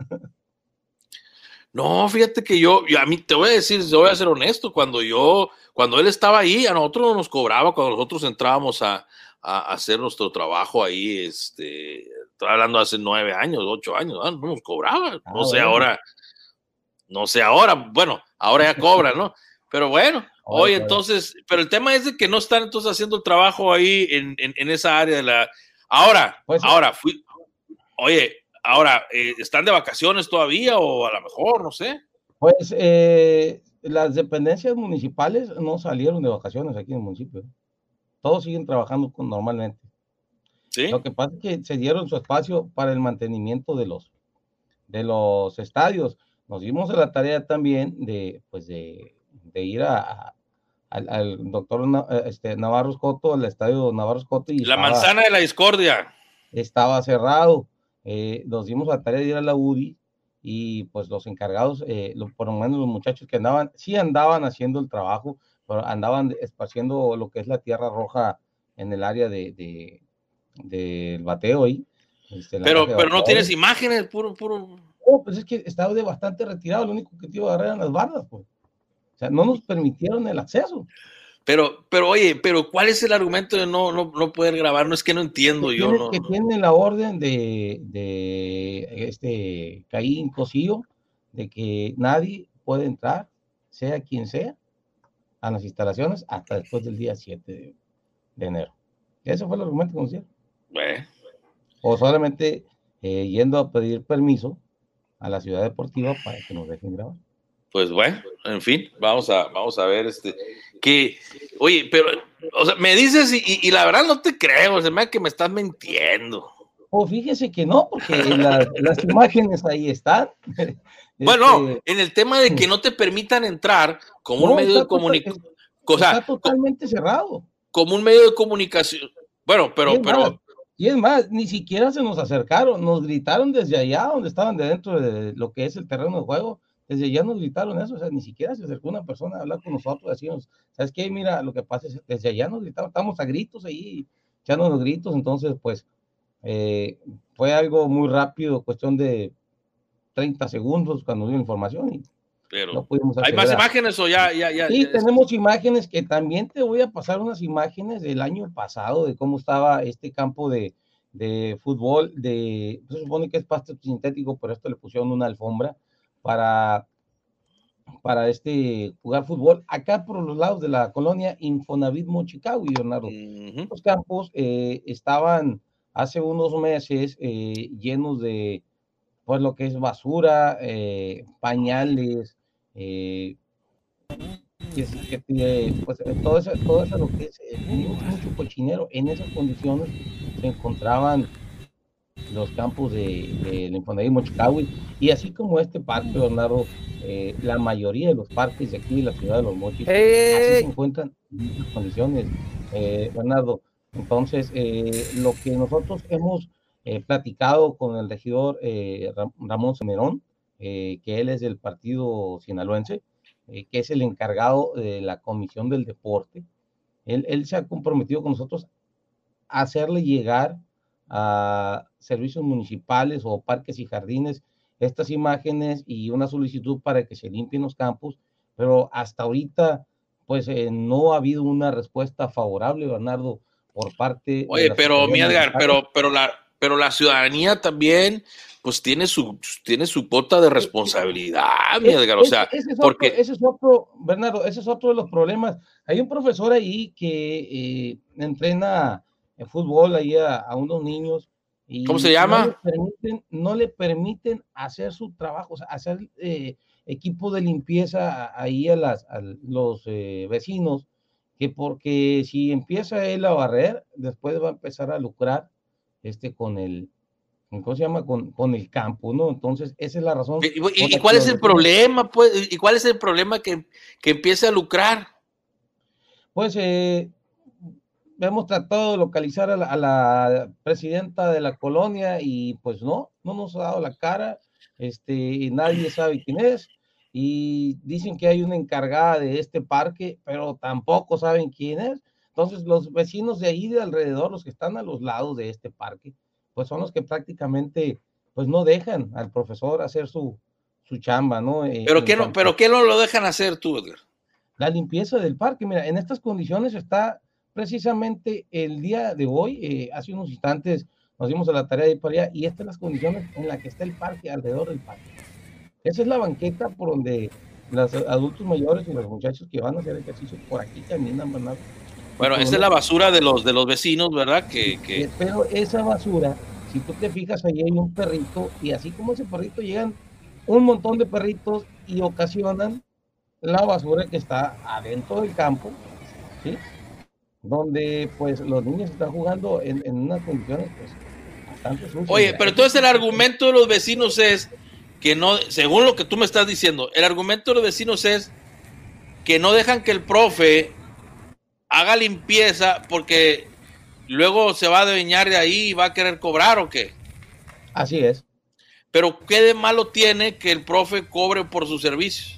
No, fíjate que yo a mí te voy a decir, voy a ser honesto, cuando él estaba ahí, a nosotros no nos cobraba, cuando nosotros entrábamos a hacer nuestro trabajo ahí, estoy hablando hace 9 años, 8 años, no nos cobraba, no sé ahora, bueno, ahora ya cobra, ¿no? Pero bueno, oye, entonces, pero el tema es de que no están entonces haciendo el trabajo ahí en esa área de la... Ahora, ¿están de vacaciones todavía o a lo mejor, no sé? Pues las dependencias municipales no salieron de vacaciones aquí en el municipio. Todos siguen trabajando normalmente. ¿Sí? Lo que pasa es que se dieron su espacio para el mantenimiento de los estadios. Nos dimos a la tarea también de ir al doctor Navarro Escoto, al estadio Navarro Escoto. Y la manzana de la discordia. Estaba cerrado. Nos dimos a la tarea de ir a la UDI y pues los encargados, por lo menos los muchachos que andaban haciendo el trabajo, pero andaban esparciendo lo que es la tierra roja en el área del bateo ahí. Pero no tienes imágenes, puro. No, pues es que estaba de bastante retirado, lo único que te iba a agarrar eran las bardas, pues. O sea, no nos permitieron el acceso. Pero oye, ¿cuál es el argumento de no poder grabar? No es que no entiendo yo. Que tienen la orden de Caín Cosío de que nadie puede entrar, sea quien sea, a las instalaciones hasta después del día 7 de enero. Ese fue el argumento que nos dieron. Bueno. O solamente yendo a pedir permiso a la Ciudad Deportiva para que nos dejen grabar. Pues bueno, en fin, vamos a ver oye, pero, o sea, me dices y la verdad no te creo, se me da que me estás mintiendo. Oh, fíjese que no, porque las imágenes ahí están. Bueno, en el tema de que no te permitan entrar como un medio de comunicación. Está totalmente cerrado. Como un medio de comunicación. Bueno, pero. Y es más, ni siquiera se nos acercaron, nos gritaron desde allá, donde estaban dentro de lo que es el terreno de juego. Desde allá nos gritaron eso, o sea, ni siquiera se acercó una persona a hablar con nosotros, decimos, ¿sabes qué? Mira, lo que pasa es que desde allá nos gritaron, estamos a gritos ahí, echando los gritos, entonces, pues, fue algo muy rápido, cuestión de 30 segundos cuando dio información y pero no pudimos acceder. ¿Hay más imágenes o ya? Sí, tenemos imágenes que también te voy a pasar unas imágenes del año pasado de cómo estaba este campo de fútbol, se supone que es pasto sintético, pero esto le pusieron una alfombra para jugar fútbol acá por los lados de la colonia Infonavit Mochicago, Leonardo. Los campos estaban hace unos meses llenos de pues lo que es basura, pañales, pues todo eso lo que es mucho cochinero. En esas condiciones se encontraban los campos del Infonavit Mochicago, y así como este parque, Leonardo, la mayoría de los parques de aquí de la ciudad de Los Mochis así se encuentran en estas condiciones, Leonardo. Entonces, lo que nosotros hemos platicado con el regidor Ramón Semerón, que él es del partido sinaloense, que es el encargado de la Comisión del Deporte, él se ha comprometido con nosotros a hacerle llegar a servicios municipales o parques y jardines estas imágenes y una solicitud para que se limpien los campos, pero hasta ahorita pues no ha habido una respuesta favorable, Bernardo, por parte Oye, pero mi Edgar, pero pero la ciudadanía también pues tiene su cuota de responsabilidad, mi Edgar, o sea, porque... Ese es otro, Bernardo, ese es otro de los problemas. Hay un profesor ahí que entrena en fútbol ahí a unos niños. Y ¿cómo se llama? No le permiten hacer su trabajo, o sea, hacer equipo de limpieza ahí a los vecinos, que porque si empieza él a barrer, después va a empezar a lucrar con el, ¿cómo se llama? Con el campo, ¿no? Entonces, esa es la razón. ¿Y cuál es el problema, pues? ¿Y cuál es el problema que empiece a lucrar? Pues hemos tratado de localizar a la presidenta de la colonia y pues no nos ha dado la cara, nadie sabe quién es, y dicen que hay una encargada de este parque, pero tampoco saben quién es. Entonces los vecinos de ahí de alrededor, los que están a los lados de este parque, pues son los que prácticamente pues no dejan al profesor hacer su chamba, ¿no? ¿Pero qué no lo dejan hacer tú, Edgar? La limpieza del parque. Mira, en estas condiciones está precisamente el día de hoy, hace unos instantes nos dimos a la tarea de ir para allá, y estas son las condiciones en las que está el parque, alrededor del parque. Esa es la banqueta por donde los adultos mayores y los muchachos que van a hacer ejercicio por aquí caminan, ¿verdad? Bueno, esa es la basura de los vecinos, ¿verdad? Pero esa basura, si tú te fijas, ahí hay un perrito, y así como ese perrito llegan un montón de perritos y ocasionan la basura que está adentro del campo, ¿sí? Donde pues los niños están jugando en unas condiciones pues bastante sucias. Oye, pero entonces el argumento de los vecinos es que no, según lo que tú me estás diciendo, el argumento de los vecinos es que no dejan que el profe haga limpieza porque luego se va a adueñar de ahí y va a querer cobrar, ¿o qué? Así es. Pero ¿qué de malo tiene que el profe cobre por sus servicios?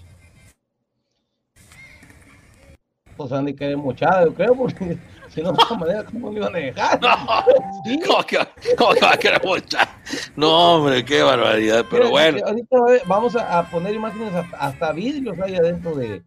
Pues han de querer mochada, yo creo, porque si no, de esta manera, ¿cómo le iban a dejar? No, ¿sí? ¿Cómo que va a querer mochada? No, hombre, qué barbaridad, pero bueno. Ahorita vamos a poner imágenes hasta vidrios ahí adentro de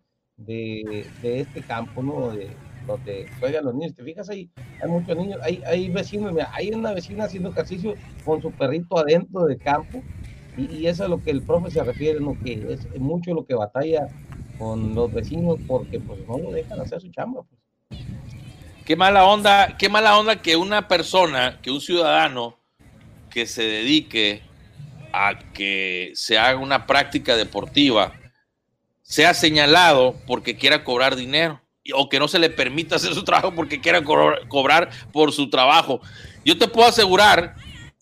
este campo, ¿no? Donde juegan los niños. Te fijas, ahí hay muchos niños, hay vecinos, mira, hay una vecina haciendo ejercicio con su perrito adentro del campo, y eso es a lo que el profe se refiere, ¿no? Que es mucho lo que batalla con los vecinos porque pues no lo dejan hacer su chamba, pues. Qué mala onda que una persona, que un ciudadano que se dedique a que se haga una práctica deportiva sea señalado porque quiera cobrar dinero, o que no se le permita hacer su trabajo porque quiera cobrar por su trabajo. Yo te puedo asegurar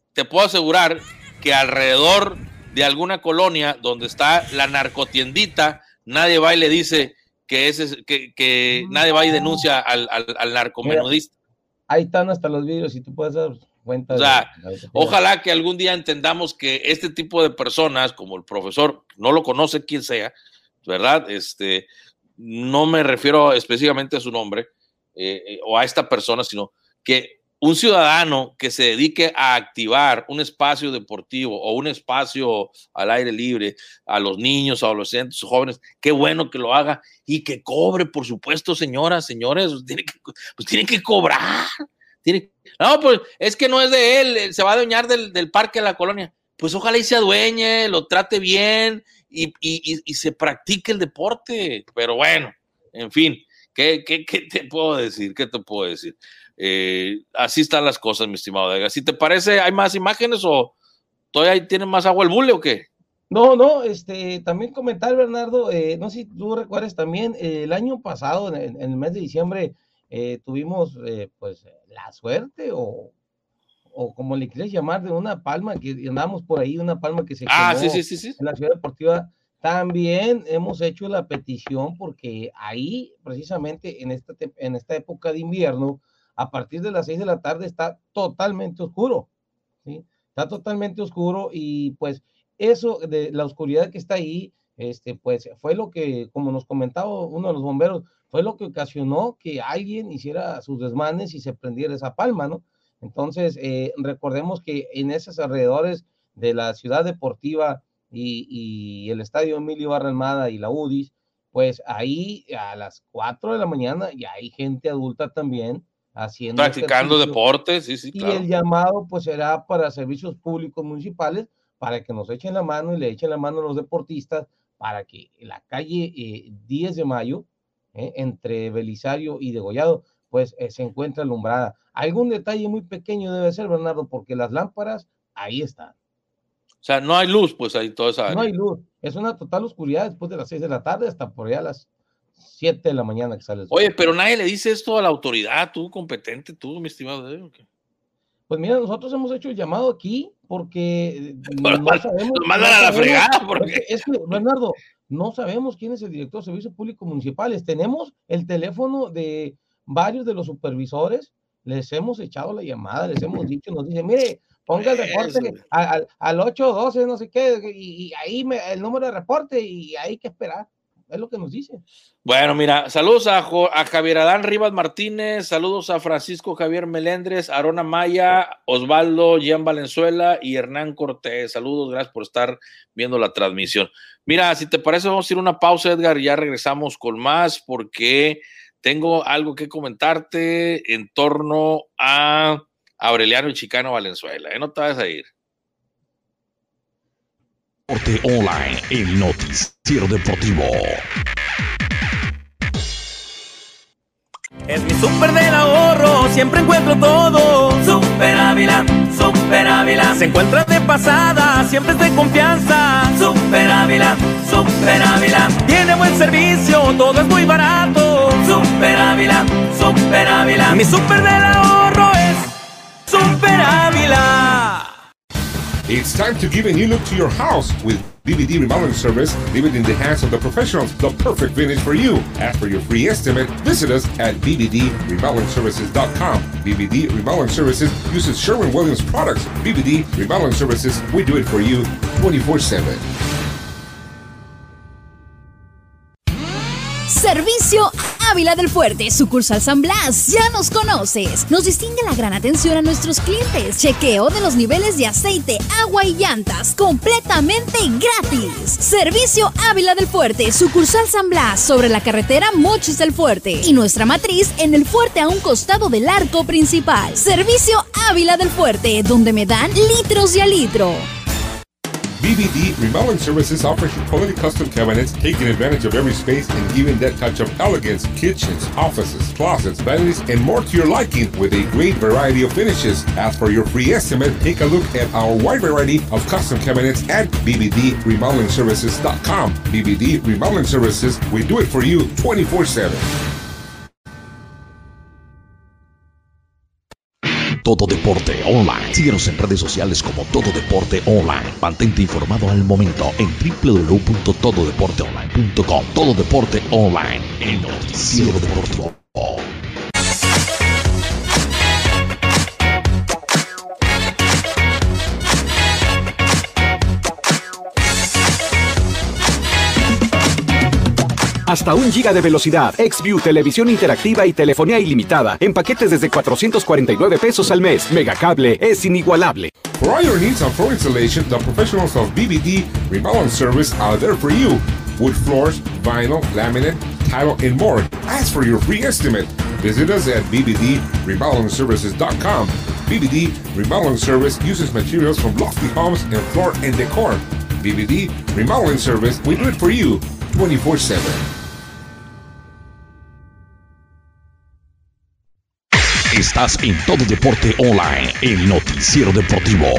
que alrededor de alguna colonia donde está la narcotiendita, nadie va y le dice que nadie va y denuncia al narcomenudista. Ahí están hasta los vídeos y tú puedes dar cuenta. O sea, ojalá que algún día entendamos que este tipo de personas, como el profesor, no lo conoce quien sea, ¿verdad? No me refiero específicamente a su nombre o a esta persona, sino que un ciudadano que se dedique a activar un espacio deportivo o un espacio al aire libre a los niños, adolescentes, jóvenes, qué bueno que lo haga y que cobre, por supuesto, señoras, señores, tienen que cobrar. No, pues es que no es de él, se va a adueñar del parque de la colonia. Pues ojalá y se adueñe, lo trate bien y se practique el deporte. Pero bueno, en fin, ¿qué te puedo decir? ¿Qué te puedo decir? Así están las cosas, mi estimado Edgar. Si te parece, ¿hay más imágenes o todavía tiene más agua el bule o qué? No, también comentar, Bernardo, no sé si tú recuerdas también, el año pasado, en el mes de diciembre, tuvimos pues la suerte o como le quieres llamar, de una palma que andamos por ahí, una palma que se quemó sí. En la Ciudad Deportiva. También hemos hecho la petición porque ahí, precisamente en esta época de invierno, a partir de las 6 de la tarde está totalmente oscuro, ¿sí? Está totalmente oscuro y pues eso de la oscuridad que está ahí, pues fue lo que, como nos comentaba uno de los bomberos, fue lo que ocasionó que alguien hiciera sus desmanes y se prendiera esa palma, ¿no? Entonces, recordemos que en esos alrededores de la Ciudad Deportiva y el Estadio Emilio Barra Almada y la UDIS, pues ahí a las 4 de la mañana ya hay gente adulta también haciendo practicando ejercicio. deporte, sí, Y claro. el llamado pues será para servicios públicos municipales, para que nos echen la mano y le echen la mano a los deportistas, para que la calle 10 de mayo, entre Belisario y Degollado, pues se encuentre alumbrada. Algún detalle muy pequeño debe ser, Bernardo, porque las lámparas ahí están. O sea, no hay luz, pues ahí toda esa área. No hay luz, es una total oscuridad después de las 6 de la tarde hasta por allá a las 7 de la mañana que sale el sol. Oye, pero nadie le dice esto a la autoridad, tú competente, tú, mi estimado. Pues mira, nosotros hemos hecho el llamado aquí porque no sabemos. Lo mandan a la fregada. Porque... Es que, Bernardo, no sabemos quién es el director de servicios públicos municipales. Tenemos el teléfono de varios de los supervisores, les hemos echado la llamada, les hemos dicho, nos dicen, mire, ponga el reporte al 812, no sé qué, y ahí el número de reporte, y hay que esperar. Es lo que nos dicen. Bueno, mira, saludos a Javier Adán Rivas Martínez, saludos a Francisco Javier Melendres, Arona Maya, Osvaldo Jean Valenzuela y Hernán Cortés. Saludos, gracias por estar viendo la transmisión. Mira, si te parece, vamos a ir a una pausa, Edgar, y ya regresamos con más, porque tengo algo que comentarte en torno a Aureliano Chicano Valenzuela. No te vayas a ir. Deporte Online, el noticiero deportivo. Es mi súper del ahorro, siempre encuentro todo. Super Ávila, Super Ávila. Se encuentra de pasada, siempre es de confianza. Super Ávila, Super Ávila. Tiene buen servicio, todo es muy barato. Super Ávila, Super Ávila. Mi súper del ahorro es Super Ávila. It's time to give a new look to your house with BBD Remodeling Service. Leave it in the hands of the professionals, the perfect finish for you. Ask for your free estimate. Visit us at bbdremodelingservices.com. BBD Remodeling Services uses Sherwin-Williams products. BBD Remodeling Services, we do it for you 24/7. Servicio Ávila del Fuerte, sucursal San Blas. Ya nos conoces. Nos distingue la gran atención a nuestros clientes. Chequeo de los niveles de aceite, agua y llantas completamente gratis. Servicio Ávila del Fuerte, sucursal San Blas, sobre la carretera Mochis del Fuerte. Y nuestra matriz en el Fuerte, a un costado del arco principal. Servicio Ávila del Fuerte, donde me dan litros y a litro. BBD Remodeling Services offers you quality custom cabinets, taking advantage of every space and giving that touch of elegance. Kitchens, offices, closets, vanities, and more to your liking with a great variety of finishes. Ask for your free estimate. Take a look at our wide variety of custom cabinets at bbdremodelingservices.com. BBD Remodeling Services, we do it for you 24/7. Todo Deporte Online. Síguenos en redes sociales como Todo Deporte Online. Mantente informado al momento en www.tododeporteonline.com. Todo Deporte Online, el noticiero deportivo. Hasta 1 GB de velocidad, XView, televisión interactiva y telefonía ilimitada en paquetes desde 449 pesos al mes. Megacable es inigualable. For all your needs on floor installation, the professionals of BBD Remodeling Service are there for you. Wood floors, vinyl, laminate, tile, and more. Ask for your free estimate. Visit us at bbdremodelingservices.com. BBD Remodeling Service uses materials from Lofty Homes and Floor and Decor. BBD Remodeling Service, we do it for you 24/7. Estás en Todo Deporte Online, el noticiero deportivo.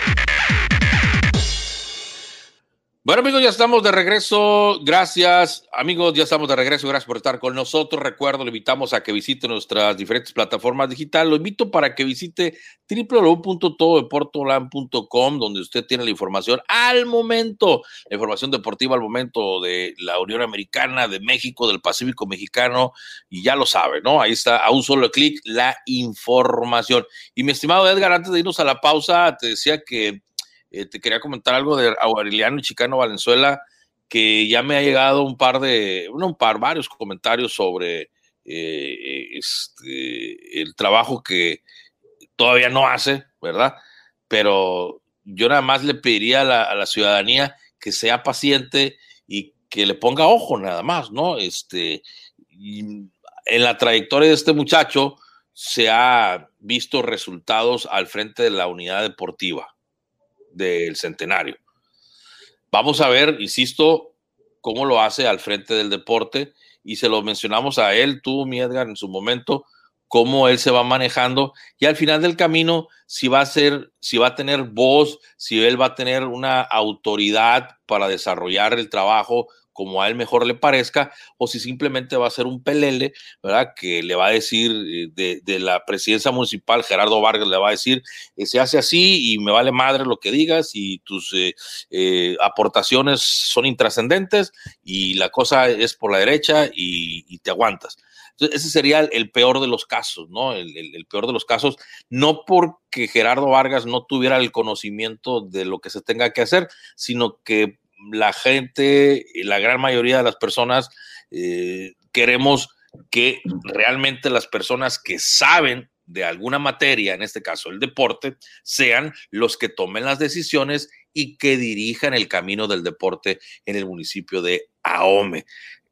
Bueno, amigos, ya estamos de regreso. Gracias, amigos, ya estamos de regreso. Gracias por estar con nosotros. Recuerdo, lo invitamos a que visite nuestras diferentes plataformas digitales. Lo invito para que visite www.tododeporteonline.com, donde usted tiene la información al momento, la información deportiva al momento de la Unión Americana, de México, del Pacífico Mexicano, y ya lo sabe, ¿no? Ahí está, a un solo clic, la información. Y mi estimado Edgar, antes de irnos a la pausa, te decía que te quería comentar algo de Aureliano Chicano Valenzuela, que ya me ha llegado varios comentarios sobre el trabajo que todavía no hace, ¿verdad? Pero yo nada más le pediría a la ciudadanía que sea paciente y que le ponga ojo nada más, ¿no? Y en la trayectoria de este muchacho, se ha visto resultados al frente de la unidad deportiva del Centenario. Vamos a ver, insisto, cómo lo hace al frente del deporte, y se lo mencionamos a él, tú, mi Edgar, en su momento, cómo él se va manejando, y al final del camino, si va a tener voz, si él va a tener una autoridad para desarrollar el trabajo como a él mejor le parezca, o si simplemente va a ser un pelele, ¿verdad? Que le va a decir de la presidencia municipal, Gerardo Vargas le va a decir, se hace así y me vale madre lo que digas y tus aportaciones son intrascendentes y la cosa es por la derecha y te aguantas. Entonces, ese sería el peor de los casos, ¿no? El peor de los casos, no porque Gerardo Vargas no tuviera el conocimiento de lo que se tenga que hacer, sino que la gente, la gran mayoría de las personas, queremos que realmente las personas que saben de alguna materia, en este caso el deporte, sean los que tomen las decisiones y que dirijan el camino del deporte en el municipio de Ahome.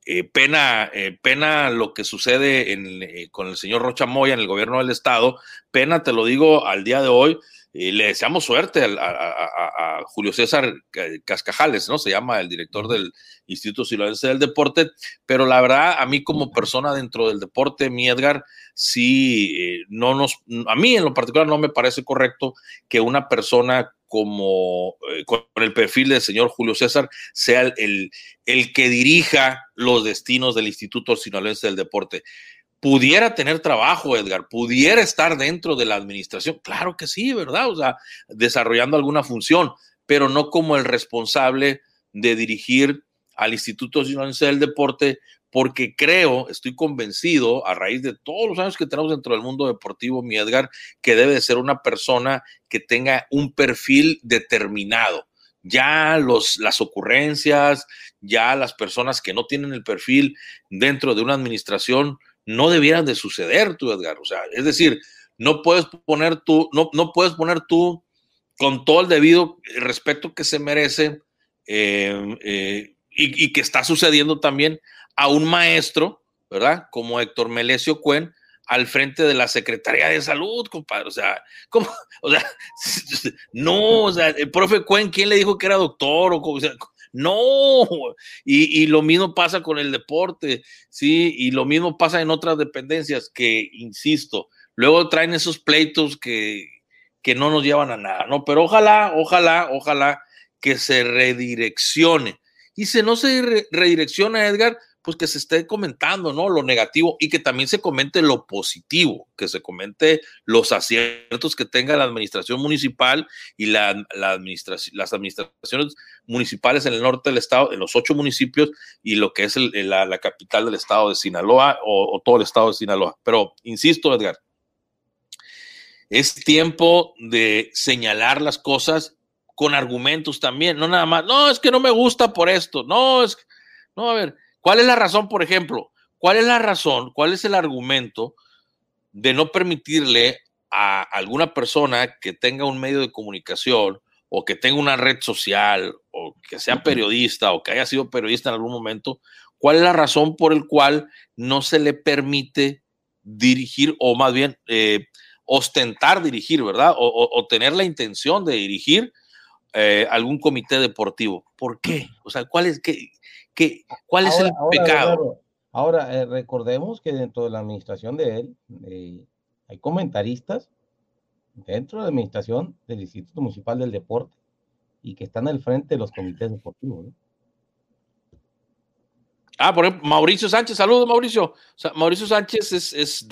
Pena lo que sucede con el señor Rocha Moya en el gobierno del estado. Pena, te lo digo, al día de hoy. Le deseamos suerte a Julio César Cascajales, ¿no? Se llama el director del Instituto Sinaloense del Deporte, pero la verdad, a mí como persona dentro del deporte, mi Edgar, sí, a mí en lo particular no me parece correcto que una persona con el perfil del señor Julio César sea el que dirija los destinos del Instituto Sinaloense del Deporte. Pudiera tener trabajo, Edgar, pudiera estar dentro de la administración, claro que sí, ¿verdad? O sea, desarrollando alguna función, pero no como el responsable de dirigir al Instituto Sinaloense del Deporte, porque estoy convencido, a raíz de todos los años que tenemos dentro del mundo deportivo, mi Edgar, que debe de ser una persona que tenga un perfil determinado. Ya las ocurrencias, ya las personas que no tienen el perfil dentro de una administración no debieran de suceder, tú, Edgar. O sea, es decir, no puedes poner tú con todo el debido respeto que se merece y que está sucediendo también a un maestro, ¿verdad? Como Héctor Melesio Cuen, al frente de la Secretaría de Salud, compadre. O sea, ¿cómo? O sea, no, o sea, el profe Cuen, ¿quién le dijo que era doctor? O sea, no, y lo mismo pasa con el deporte, sí, y lo mismo pasa en otras dependencias que, insisto, luego traen esos pleitos que no nos llevan a nada, ¿no? Pero ojalá que se redireccione. Y si no se redirecciona, Edgar, pues que se esté comentando, ¿no? Lo negativo y que también se comente lo positivo, que se comente los aciertos que tenga la administración municipal y las administraciones municipales en el norte del estado, en los 8 municipios y lo que es la capital del estado de Sinaloa o todo el estado de Sinaloa. Pero insisto, Edgar, es tiempo de señalar las cosas con argumentos también, no nada más, no, es que no me gusta por esto, no, a ver, ¿cuál es la razón, por ejemplo? ¿Cuál es el argumento de no permitirle a alguna persona que tenga un medio de comunicación o que tenga una red social o que sea periodista o que haya sido periodista en algún momento, cuál es la razón por el cual no se le permite dirigir o más bien ostentar dirigir, ¿verdad? O tener la intención de dirigir algún comité deportivo? ¿Por qué? O sea, ¿cuál es el pecado? Ahora, recordemos que dentro de la administración de él hay comentaristas dentro de la administración del Instituto Municipal del Deporte y que están al frente de los comités deportivos, ¿no? Por ejemplo, Mauricio Sánchez, saludos, Mauricio. O sea, Mauricio Sánchez es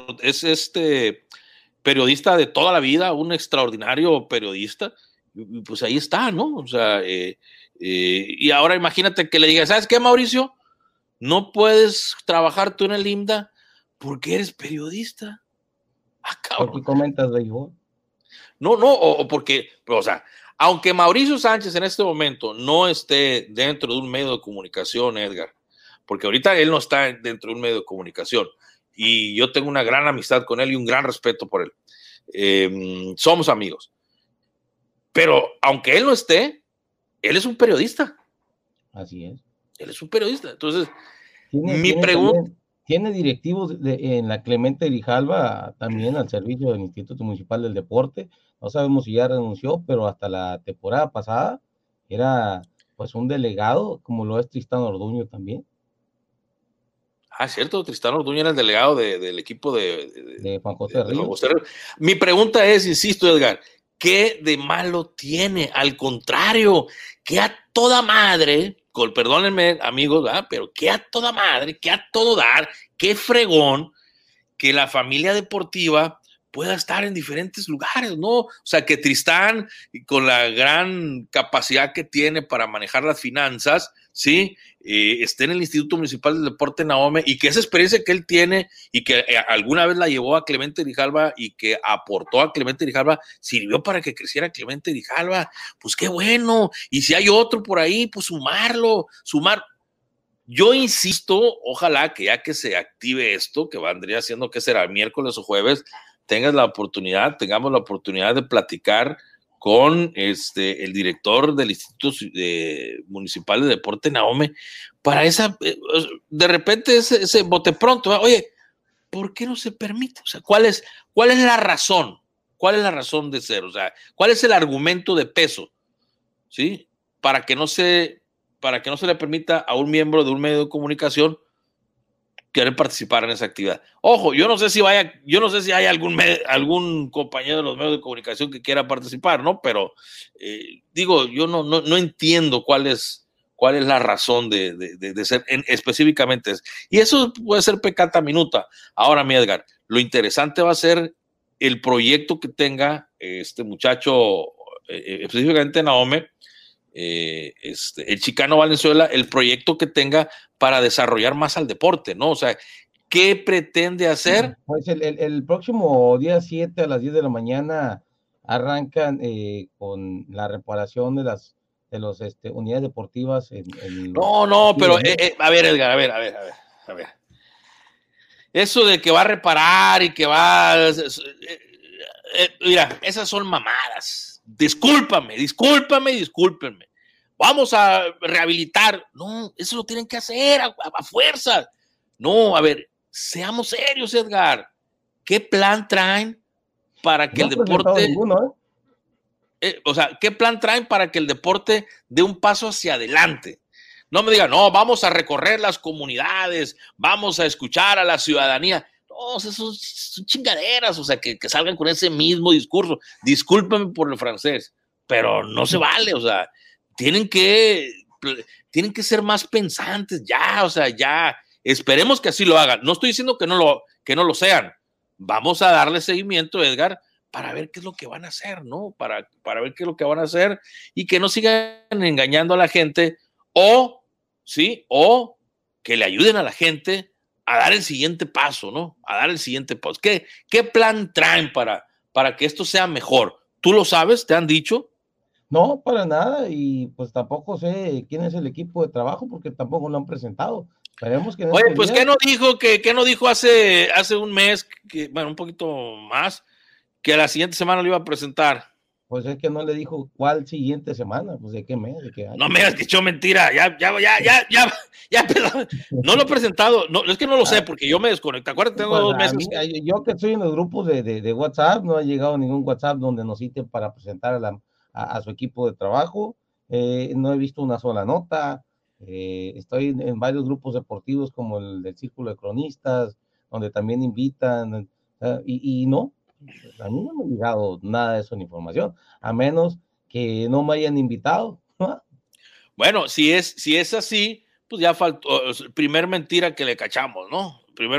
periodista de toda la vida, un extraordinario periodista. Pues ahí está, ¿no? O sea, y ahora imagínate que le digas, ¿sabes qué, Mauricio? No puedes trabajar tú en el IMDA porque eres periodista. ¿Por qué comentas béisbol? No, o porque, o sea, aunque Mauricio Sánchez en este momento no esté dentro de un medio de comunicación, Edgar, porque ahorita él no está dentro de un medio de comunicación y yo tengo una gran amistad con él y un gran respeto por él. Somos amigos. Pero aunque él no esté, él es un periodista. Así es. Él es un periodista. Entonces, mi pregunta... tiene directivos en la Clemente Grijalva también al servicio del Instituto Municipal del Deporte. No sabemos si ya renunció, pero hasta la temporada pasada era pues un delegado, como lo es Tristán Orduño también. Ah, cierto, Tristán Orduño era el delegado del equipo de Juan José Ríos. Mi pregunta es, insisto, Edgar, ¿qué de malo tiene? Al contrario, que a toda madre, perdónenme amigos, ¿verdad? Pero que a toda madre, que a todo dar, qué fregón que la familia deportiva pueda estar en diferentes lugares, ¿no? O sea, que Tristán, con la gran capacidad que tiene para manejar las finanzas, ¿sí? Esté en el Instituto Municipal del Deporte Nahome, y que esa experiencia que él tiene y que alguna vez la llevó a Clemente Grijalva y que aportó a Clemente Grijalva, sirvió para que creciera Clemente Grijalva. Pues qué bueno. Y si hay otro por ahí, pues sumar. Yo insisto, ojalá que ya que se active esto, que vendría siendo, que será miércoles o jueves, tengamos la oportunidad de platicar con el director del Instituto Municipal de Deporte Nahome, para de repente ese bote pronto, oye, ¿por qué no se permite? O sea, ¿cuál es la razón? ¿Cuál es la razón de ser? O sea, ¿cuál es el argumento de peso? ¿Sí? Para que no se le permita a un miembro de un medio de comunicación querer participar en esa actividad. Ojo, yo no sé si hay algún compañero de los medios de comunicación que quiera participar, ¿no? Pero digo, yo no entiendo cuál es la razón de ser específicamente. Y eso puede ser peccata minuta. Ahora, mi Edgar, lo interesante va a ser el proyecto que tenga este muchacho, específicamente Nahome, el Chicano Valenzuela, el proyecto que tenga para desarrollar más al deporte, ¿no? O sea, ¿qué pretende hacer? Pues el próximo día 7 a las 10 de la mañana arrancan con la reparación de las unidades deportivas. No, pero a ver, Edgar, a ver. Eso de que va a reparar y que va... mira, esas son mamadas. Discúlpenme. Vamos a rehabilitar. No, eso lo tienen que hacer a fuerza. No, a ver, seamos serios, Edgar. ¿Qué plan traen para que el deporte... ninguno, o sea, ¿qué plan traen para que el deporte dé un paso hacia adelante? No me digan, no, vamos a recorrer las comunidades, vamos a escuchar a la ciudadanía. No, son chingaderas, o sea, que salgan con ese mismo discurso. Discúlpame por el francés, pero no se vale, o sea, tienen que ser más pensantes ya, o sea, ya, esperemos que así lo hagan. No estoy diciendo que no lo sean. Vamos a darle seguimiento, Edgar, para ver qué es lo que van a hacer, ¿no? Para ver qué es lo que van a hacer y que no sigan engañando a la gente o que le ayuden a la gente a dar el siguiente paso, ¿no? A dar el siguiente paso. ¿Qué plan traen para que esto sea mejor? ¿Tú lo sabes? ¿Te han dicho? No, para nada, y pues tampoco sé quién es el equipo de trabajo porque tampoco lo han presentado. Esperemos que... Oye, pues ¿qué no dijo hace un mes, bueno, un poquito más, que la siguiente semana lo iba a presentar? Pues es que no le dijo cuál siguiente semana, pues de qué mes, de qué año. No me digas que echó mentira, ya, no lo he presentado, no, es que no lo sé, porque yo me desconecté, acuérdate, tengo 2 meses. Yo que estoy en los grupos de WhatsApp, no ha llegado ningún WhatsApp donde nos citen para presentar a su equipo de trabajo, no he visto una sola nota, estoy en varios grupos deportivos como el del Círculo de Cronistas, donde también invitan, y no, a mí no me ha llegado nada de eso en información, a menos que no me hayan invitado. Bueno, si es así, pues ya faltó, primer mentira que le cachamos, ¿no?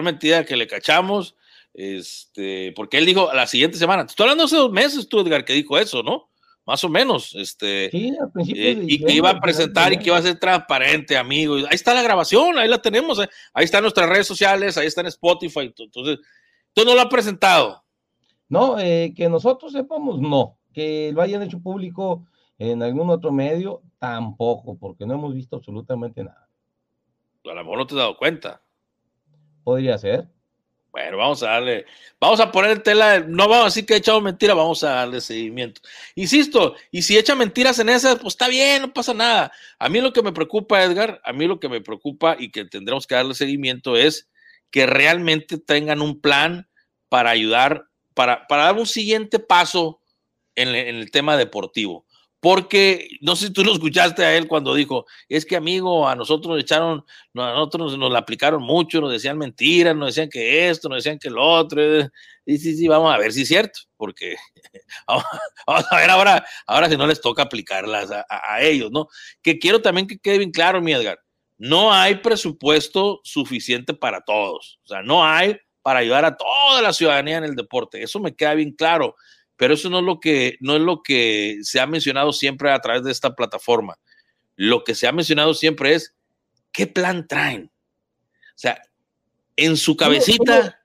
Porque él dijo la siguiente semana, te estoy hablando hace 2 meses tú, Edgar, que dijo eso, ¿no? Más o menos, sí, al principio y que iba a presentar y que iba a ser transparente, amigo. Ahí está la grabación, ahí la tenemos, ahí están nuestras redes sociales, ahí está en Spotify, entonces, ¿tú no lo has presentado? No, que nosotros sepamos, no. Que lo hayan hecho público en algún otro medio, tampoco, porque no hemos visto absolutamente nada. A lo mejor no te has dado cuenta. Podría ser. Bueno, vamos a poner tela, no vamos a decir que ha echado mentira, vamos a darle seguimiento. Insisto, y si echa mentiras en esas, pues está bien, no pasa nada. A mí lo que me preocupa, Edgar, y que tendremos que darle seguimiento es que realmente tengan un plan para ayudar, para dar un siguiente paso en el tema deportivo. Porque, no sé si tú lo escuchaste a él cuando dijo, es que amigo, a nosotros nos la aplicaron mucho, nos decían mentiras, nos decían que esto, nos decían que lo otro. Y sí, vamos a ver si es cierto, porque vamos a ver ahora si no les toca aplicarlas a ellos, ¿no? Que quiero también que quede bien claro, mi Edgar, no hay presupuesto suficiente para todos, o sea, no hay para ayudar a toda la ciudadanía en el deporte, eso me queda bien claro. Pero eso no es lo que se ha mencionado siempre a través de esta plataforma. Lo que se ha mencionado siempre es ¿qué plan traen? O sea, en su cabecita.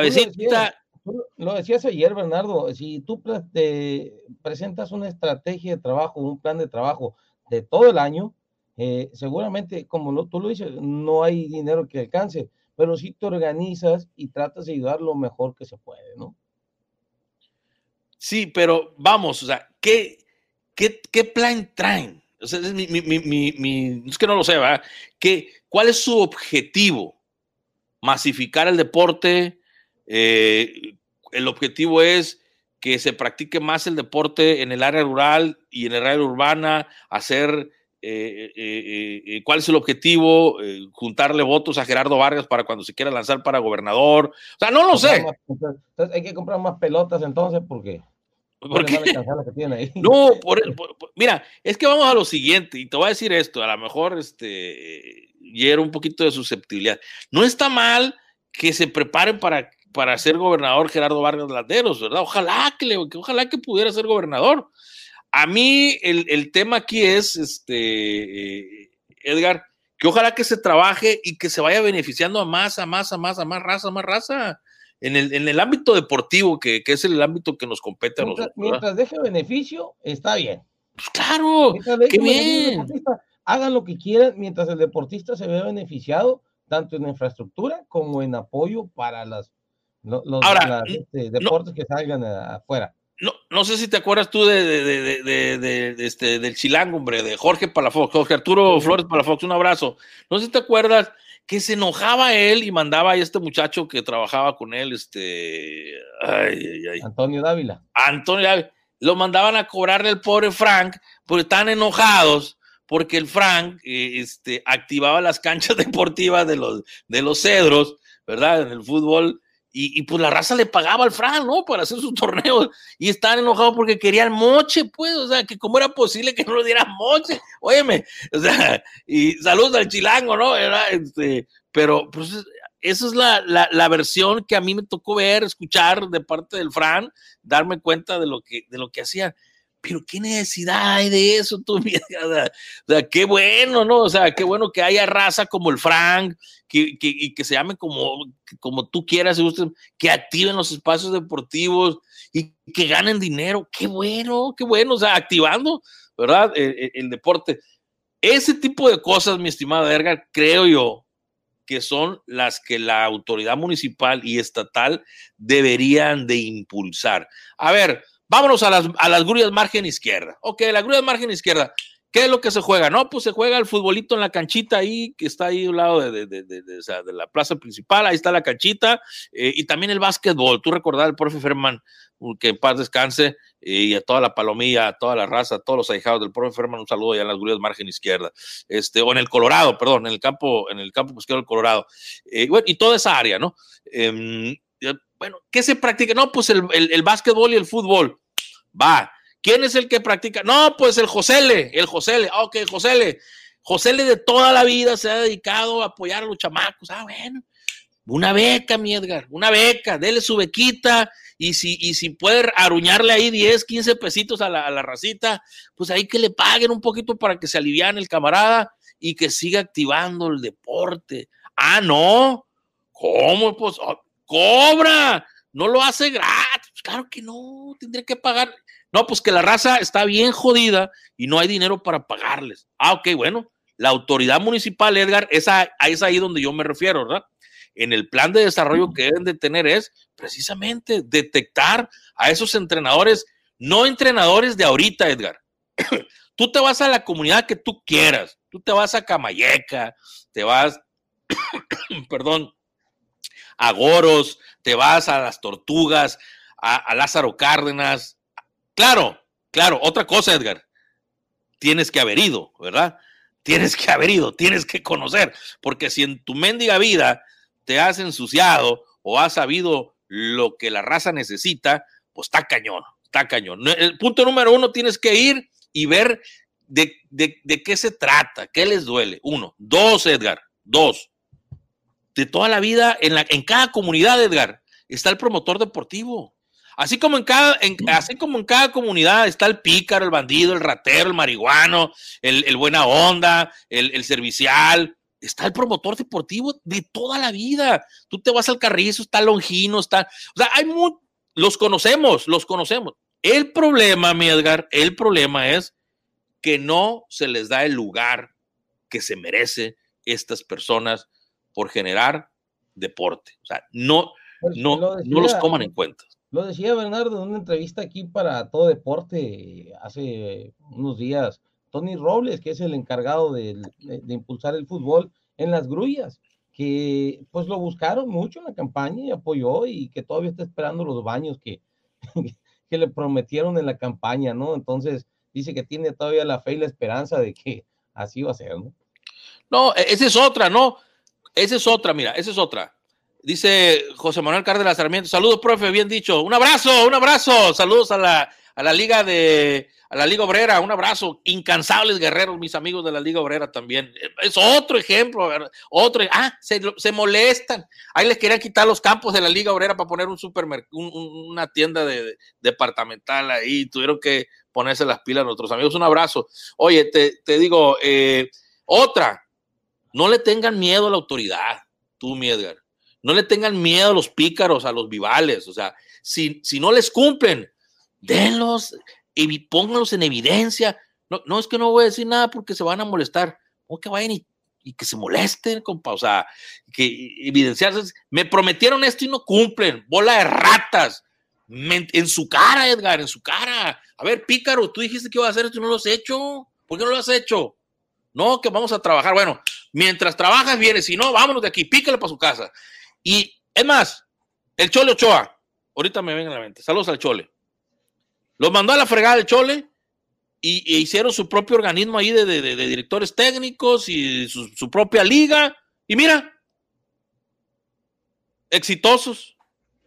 Lo decías ayer, Bernardo, si tú te presentas una estrategia de trabajo, un plan de trabajo de todo el año, seguramente, como tú lo dices, no hay dinero que alcance, pero si te organizas y tratas de ayudar lo mejor que se puede, ¿no? Sí, pero vamos, o sea, ¿qué plan traen? O sea, es es que no lo sé, ¿verdad? ¿Cuál es su objetivo? Masificar el deporte. El objetivo es que se practique más el deporte en el área rural y en el área urbana, hacer, ¿cuál es el objetivo? Juntarle votos a Gerardo Vargas para cuando se quiera lanzar para gobernador. O sea, no lo sé. Entonces, hay que comprar más pelotas entonces, porque no, mira, es que vamos a lo siguiente, y te voy a decir esto, a lo mejor hiero un poquito de susceptibilidad. No está mal que se preparen para ser gobernador Gerardo Vargas Landeros, ¿verdad? Ojalá que pudiera ser gobernador. A mí el tema aquí es, Edgar, que ojalá que se trabaje y que se vaya beneficiando a más raza. En el ámbito deportivo, que es el ámbito que nos compete a nosotros. Mientras deje beneficio, está bien. Pues claro, qué bien. Hagan lo que quieran mientras el deportista se vea beneficiado, tanto en infraestructura como en apoyo para los deportes que salgan afuera. No sé si te acuerdas tú del Chilango, hombre, de Jorge Palafox, Jorge Arturo Flores Palafox, un abrazo. No sé si te acuerdas que se enojaba él y mandaba a este muchacho que trabajaba con él, Antonio Dávila, lo mandaban a cobrarle al pobre Frank, porque estaban enojados, porque el Frank activaba las canchas deportivas de los Cedros, ¿verdad? En el fútbol, y pues la raza le pagaba al Frank, ¿no? Para hacer sus torneos, y estaban enojados porque querían moche, pues, o sea, que cómo era posible que no le dieran moche, óyeme, o sea, y saludos al Chilango, ¿no? Pero pues esa es la versión que a mí me tocó ver, escuchar de parte del Frank, darme cuenta de lo que hacían. Pero qué necesidad hay de eso, tú, o sea, qué bueno, ¿no? O sea, qué bueno que haya raza como el Frank, y que se llamen como tú quieras, que activen los espacios deportivos y que ganen dinero. Qué bueno, o sea, activando, ¿verdad? El deporte. Ese tipo de cosas, mi estimado Edgar, creo yo que son las que la autoridad municipal y estatal deberían de impulsar. A ver, vámonos a las grullas margen izquierda. Ok, las grullas margen izquierda. ¿Qué es lo que se juega? No, pues se juega el futbolito en la canchita ahí, que está ahí a un lado de la plaza principal, ahí está la canchita, y también el básquetbol. Tú recordás al profe Ferman, que en paz descanse, y a toda la palomilla, a toda la raza, a todos los ahijados del profe Ferman, un saludo allá en las grullas margen izquierda, o en el Colorado, perdón, en el campo pesquero del Colorado, bueno, y toda esa área, ¿no? Bueno, ¿qué se practica? No, pues el básquetbol y el fútbol. Va. ¿Quién es el que practica? No, pues el Josele. Ok, Josele de toda la vida se ha dedicado a apoyar a los chamacos. Bueno, una beca, mi Edgar, una beca, dele su bequita, y si puede aruñarle ahí 10, 15 pesitos a la racita, pues ahí que le paguen un poquito para que se aliviane el camarada y que siga activando el deporte. No, ¿cómo? Pues cobra, no lo hace gratis. Claro que no, tendría que pagar. No, pues que la raza está bien jodida y no hay dinero para pagarles. Ok, bueno, la autoridad municipal, Edgar, es ahí donde yo me refiero, ¿verdad? En el plan de desarrollo que deben de tener es precisamente detectar a esos entrenadores, no entrenadores de ahorita, Edgar. Tú te vas a la comunidad que tú quieras, tú te vas a Camayeca, te vas, perdón, a Goros, te vas a las Tortugas, a Lázaro Cárdenas. Claro, otra cosa, Edgar, tienes que haber ido, ¿verdad? Tienes que conocer, porque si en tu mendiga vida te has ensuciado o has sabido lo que la raza necesita, pues está cañón. El punto número 1, tienes que ir y ver de qué se trata, qué les duele. 1. 2, Edgar, 2. De toda la vida, en cada comunidad, Edgar, está el promotor deportivo. Así como en cada comunidad está el pícaro, el bandido, el ratero, el marihuano, el buena onda, el servicial, está el promotor deportivo de toda la vida. Tú te vas al Carrizo, está Longino, o sea, los conocemos. El problema, mi Edgar, es que no se les da el lugar que se merece estas personas por generar deporte. O sea, no los toman en cuenta. Lo decía Bernardo en una entrevista aquí para Todo Deporte hace unos días, Tony Robles, que es el encargado de impulsar el fútbol en las grullas, que pues lo buscaron mucho en la campaña y apoyó, y que todavía está esperando los baños que le prometieron en la campaña, ¿no? Entonces dice que tiene todavía la fe y la esperanza de que así va a ser, ¿no? No, esa es otra, ¿no? Esa es otra. Dice José Manuel Cárdenas Sarmiento, saludos, profe, bien dicho. Un abrazo. Saludos a la Liga Obrera, un abrazo. Incansables guerreros, mis amigos de la Liga Obrera también. Es otro ejemplo, ¿verdad? Se molestan. Ahí les querían quitar los campos de la Liga Obrera para poner una tienda departamental ahí. Tuvieron que ponerse las pilas a nuestros amigos. Un abrazo. Oye, te digo, otra, no le tengan miedo a la autoridad, tú, mi Edgar. No le tengan miedo a los pícaros, a los vivales. O sea, si no les cumplen, denlos y pónganlos en evidencia. No es que no voy a decir nada porque se van a molestar. O que vayan y que se molesten, compa. O sea, que evidenciarse. Me prometieron esto y no cumplen. Bola de ratas. En su cara, Edgar, en su cara. A ver, pícaro, tú dijiste que ibas a hacer esto y no lo has hecho. ¿Por qué no lo has hecho? No, que vamos a trabajar. Bueno, mientras trabajas vienes. Si no, vámonos de aquí. Pícale para su casa. Y es más, el Chole Ochoa, ahorita me ven a la mente, saludos al Chole, los mandó a la fregada el Chole e hicieron su propio organismo ahí de directores técnicos y su propia liga, y mira, exitosos.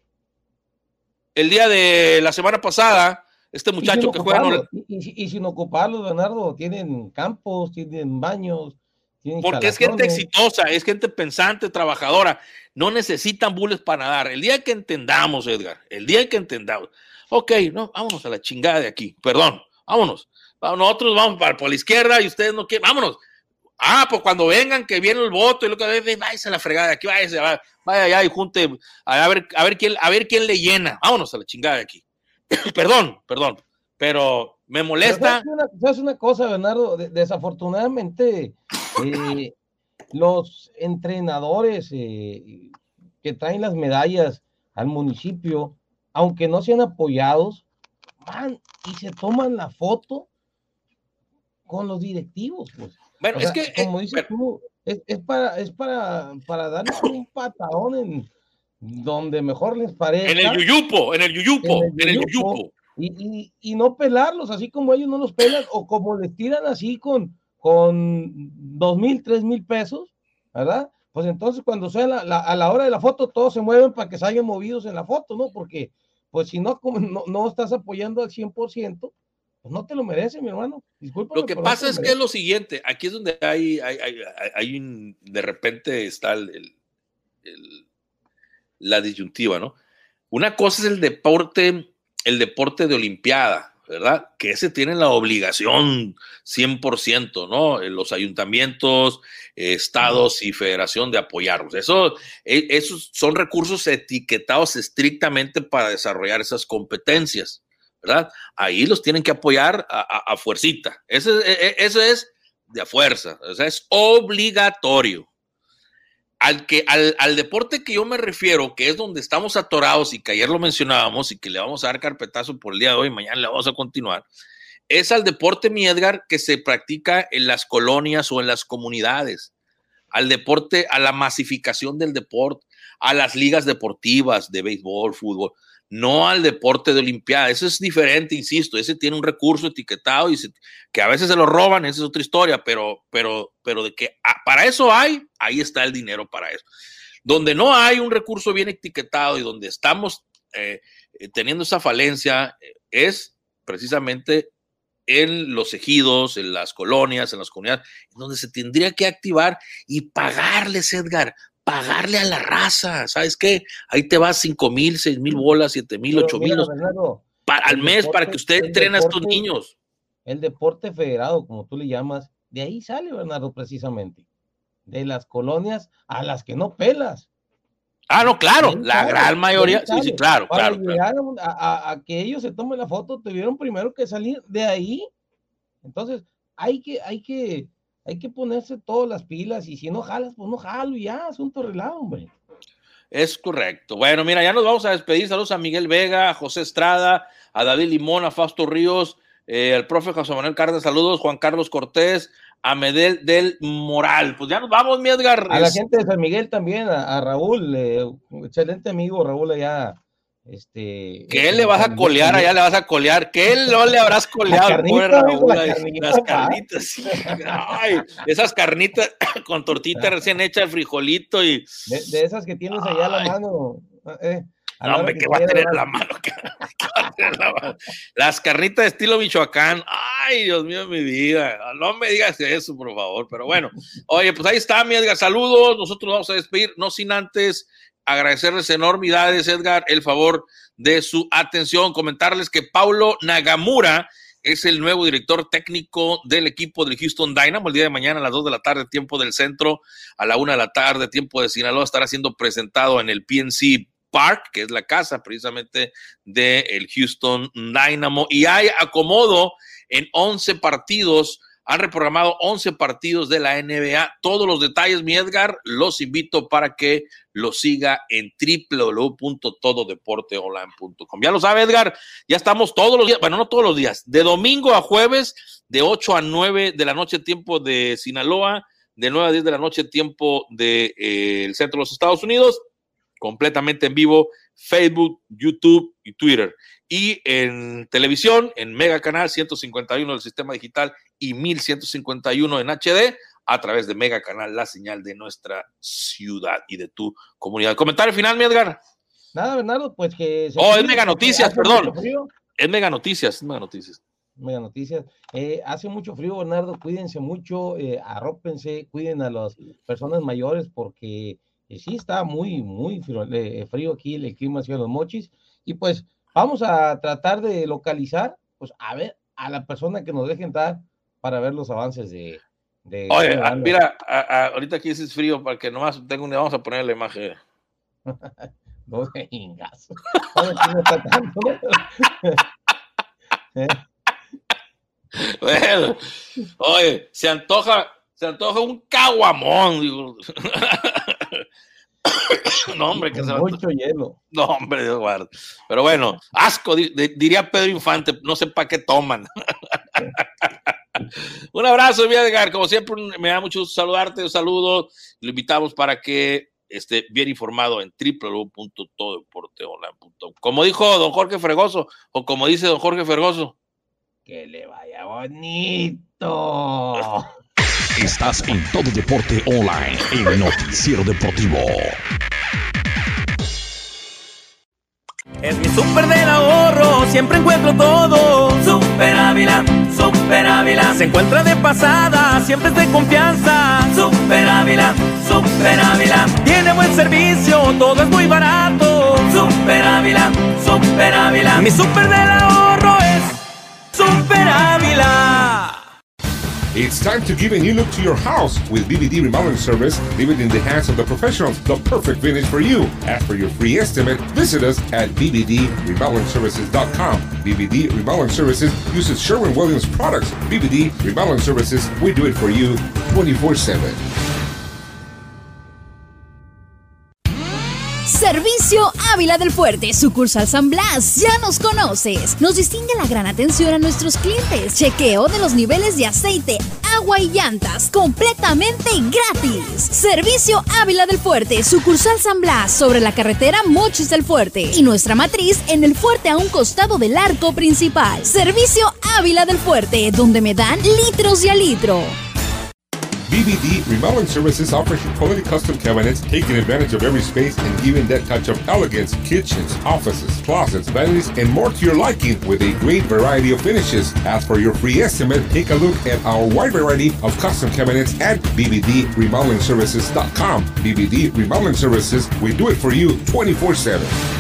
El día de la semana pasada, este muchacho que juega... Y sin ocuparlos, Bernardo, tienen campos, tienen baños. Porque es gente exitosa, es gente pensante, trabajadora. No necesitan bules para nadar. El día que entendamos, Edgar, ok, no, vámonos a la chingada de aquí, perdón, vámonos. Nosotros vamos por la izquierda y ustedes no quieren, vámonos. Pues cuando vengan, que viene el voto y lo que váyase a la fregada de aquí, vaya allá y junte, a ver quién le llena. Vámonos a la chingada de aquí. Perdón, pero me molesta. ¿Sabes una cosa, Bernardo? Desafortunadamente, los entrenadores que traen las medallas al municipio, aunque no sean apoyados, van y se toman la foto con los directivos, pues. Bueno, o sea, es que como dices tú, es para darles un patadón en donde mejor les parezca. En el yuyupo. Y no pelarlos así como ellos no los pelan, o como les tiran así con 2,000, 3,000 pesos, ¿verdad? Pues entonces cuando sea a la hora de la foto, todos se mueven para que salgan movidos en la foto, ¿no? Porque pues si no estás apoyando al 100%, pues no te lo mereces, mi hermano. Discúlpame. Lo que pasa es que es lo siguiente, aquí es donde de repente está la disyuntiva, ¿no? Una cosa es el deporte de Olimpiada, ¿verdad? Que ese tiene la obligación 100%, ¿no? Los ayuntamientos, estados y federación de apoyarlos. Esos son recursos etiquetados estrictamente para desarrollar esas competencias, ¿verdad? Ahí los tienen que apoyar a fuercita. Eso es de a fuerza, o sea, es obligatorio. Al deporte que yo me refiero, que es donde estamos atorados y que ayer lo mencionábamos y que le vamos a dar carpetazo por el día de hoy, mañana le vamos a continuar, es al deporte, mi Edgar, que se practica en las colonias o en las comunidades. al deporte, a la masificación del deporte, a las ligas deportivas de béisbol, fútbol, no al deporte de olimpiada. Eso es diferente, insisto, ese tiene un recurso etiquetado y que a veces se lo roban, esa es otra historia, pero de que para eso ahí está el dinero para eso. Donde no hay un recurso bien etiquetado y donde estamos teniendo esa falencia es precisamente en los ejidos, en las colonias, en las comunidades, donde se tendría que activar y pagarles, Edgar, pagarle a la raza. ¿Sabes qué? Ahí te vas 5,000, 6,000 bolas, 7,000, 8,000 al mes para que usted entrene a estos niños. El deporte federado, como tú le llamas, de ahí sale, Bernardo, precisamente. De las colonias a las que no pelas. Ah, no, claro, la gran mayoría, sí, claro. Para llegar a que ellos se tomen la foto, tuvieron primero que salir de ahí. Entonces, hay que ponerse todas las pilas, y si no jalas, pues no jalo, y ya, asunto arreglado, hombre. Es correcto. Bueno, mira, ya nos vamos a despedir. Saludos a Miguel Vega, a José Estrada, a David Limón, a Fausto Ríos, al profe José Manuel Cárdenas, saludos, Juan Carlos Cortés, a Medel del Moral. Pues ya nos vamos, mi Edgar. A la gente de San Miguel también, a Raúl, un excelente amigo, Raúl allá. Que él le vas a colear, allá le vas a colear, que él no le habrás coleado. Las carnitas, sí. Ay, esas carnitas con tortita recién hecha, el frijolito y... De esas que tienes allá a la mano. No, hombre, ¿qué va a tener a la mano? Las carnitas de estilo Michoacán. Ay, Dios mío, mi vida. No me digas eso, por favor. Pero bueno, oye, pues ahí está, mi Edgar. Saludos. Nosotros vamos a despedir, no sin antes agradecerles enormidades, Edgar, el favor de su atención. Comentarles que Paulo Nagamura es el nuevo director técnico del equipo del Houston Dynamo. El día de mañana a las 2 de la tarde, tiempo del centro, a la 1 de la tarde, tiempo de Sinaloa, estará siendo presentado en el PNC Park, que es la casa precisamente del Houston Dynamo, y hay acomodo en 11 partidos, han reprogramado 11 partidos de la NBA. Todos los detalles, mi Edgar, los invito para que lo siga en www.tododeporteonline.com. Ya lo sabe, Edgar, ya estamos todos los días, bueno, no todos los días, de domingo a jueves, de 8 a 9 de la noche, tiempo de Sinaloa, de 9 a 10 de la noche, tiempo del centro de los Estados Unidos, completamente en vivo, Facebook, YouTube y Twitter. Y en televisión, en Mega Canal 151 del sistema digital y 1151 en HD, a través de Mega Canal, la señal de nuestra ciudad y de tu comunidad. ¿Comentario final, mi Edgar? Nada, Bernardo, pues que... es Mega Noticias, perdón. Es Mega Noticias, Mega Noticias. Mega Noticias. Hace mucho frío, Bernardo, cuídense mucho, arrópense, cuiden a las personas mayores, porque... sí, está muy frío aquí el clima hacia Los Mochis, y pues vamos a tratar de localizar, pues a ver, a la persona que nos deje entrar para ver los avances de Oye, mira, ahorita aquí es frío, para que nomás vamos a poner la imagen. No de ingas. Bueno, oye, se antoja un caguamón, digo. No, hombre, que se mucho hielo. No, hombre, Dios guarde. Pero bueno, asco, diría Pedro Infante, no sé para qué toman. Un abrazo, Edgar, como siempre me da mucho saludarte, un saludo, lo invitamos para que esté bien informado en www.tododeporteonline.com. Como dijo don Jorge Fregoso, o como dice don Jorge Fregoso, que le vaya bonito. Estás en Todo Deporte Online, el noticiero deportivo. Es mi súper del ahorro, siempre encuentro todo. Super Ávila, Super Ávila. Se encuentra de pasada, siempre es de confianza. Super Ávila, Super Ávila. Tiene buen servicio, todo es muy barato. Super Ávila, Super Ávila. Mi súper del ahorro es Super Ávila. It's time to give a new look to your house with BBD Remodeling Service. Leave it in the hands of the professionals, the perfect finish for you. Ask for your free estimate. Visit us at bbdremodelingservices.com. BBD Remodeling Services uses Sherwin-Williams products. BBD Remodeling Services, we do it for you 24/7. Servicio Servicio Ávila del Fuerte, sucursal San Blas. Ya nos conoces. Nos distingue la gran atención a nuestros clientes. Chequeo de los niveles de aceite, agua y llantas completamente gratis. Servicio Ávila del Fuerte, sucursal San Blas, sobre la carretera Mochis del Fuerte. Y nuestra matriz en el fuerte a un costado del arco principal. Servicio Ávila del Fuerte, donde me dan litros y a litro. BBD Remodeling Services offers you quality custom cabinets, taking advantage of every space and giving that touch of elegance, kitchens, offices, closets, vanities, and more to your liking with a great variety of finishes. As for your free estimate, take a look at our wide variety of custom cabinets at bbdremodelingservices.com. BBD Remodeling Services, we do it for you 24/7.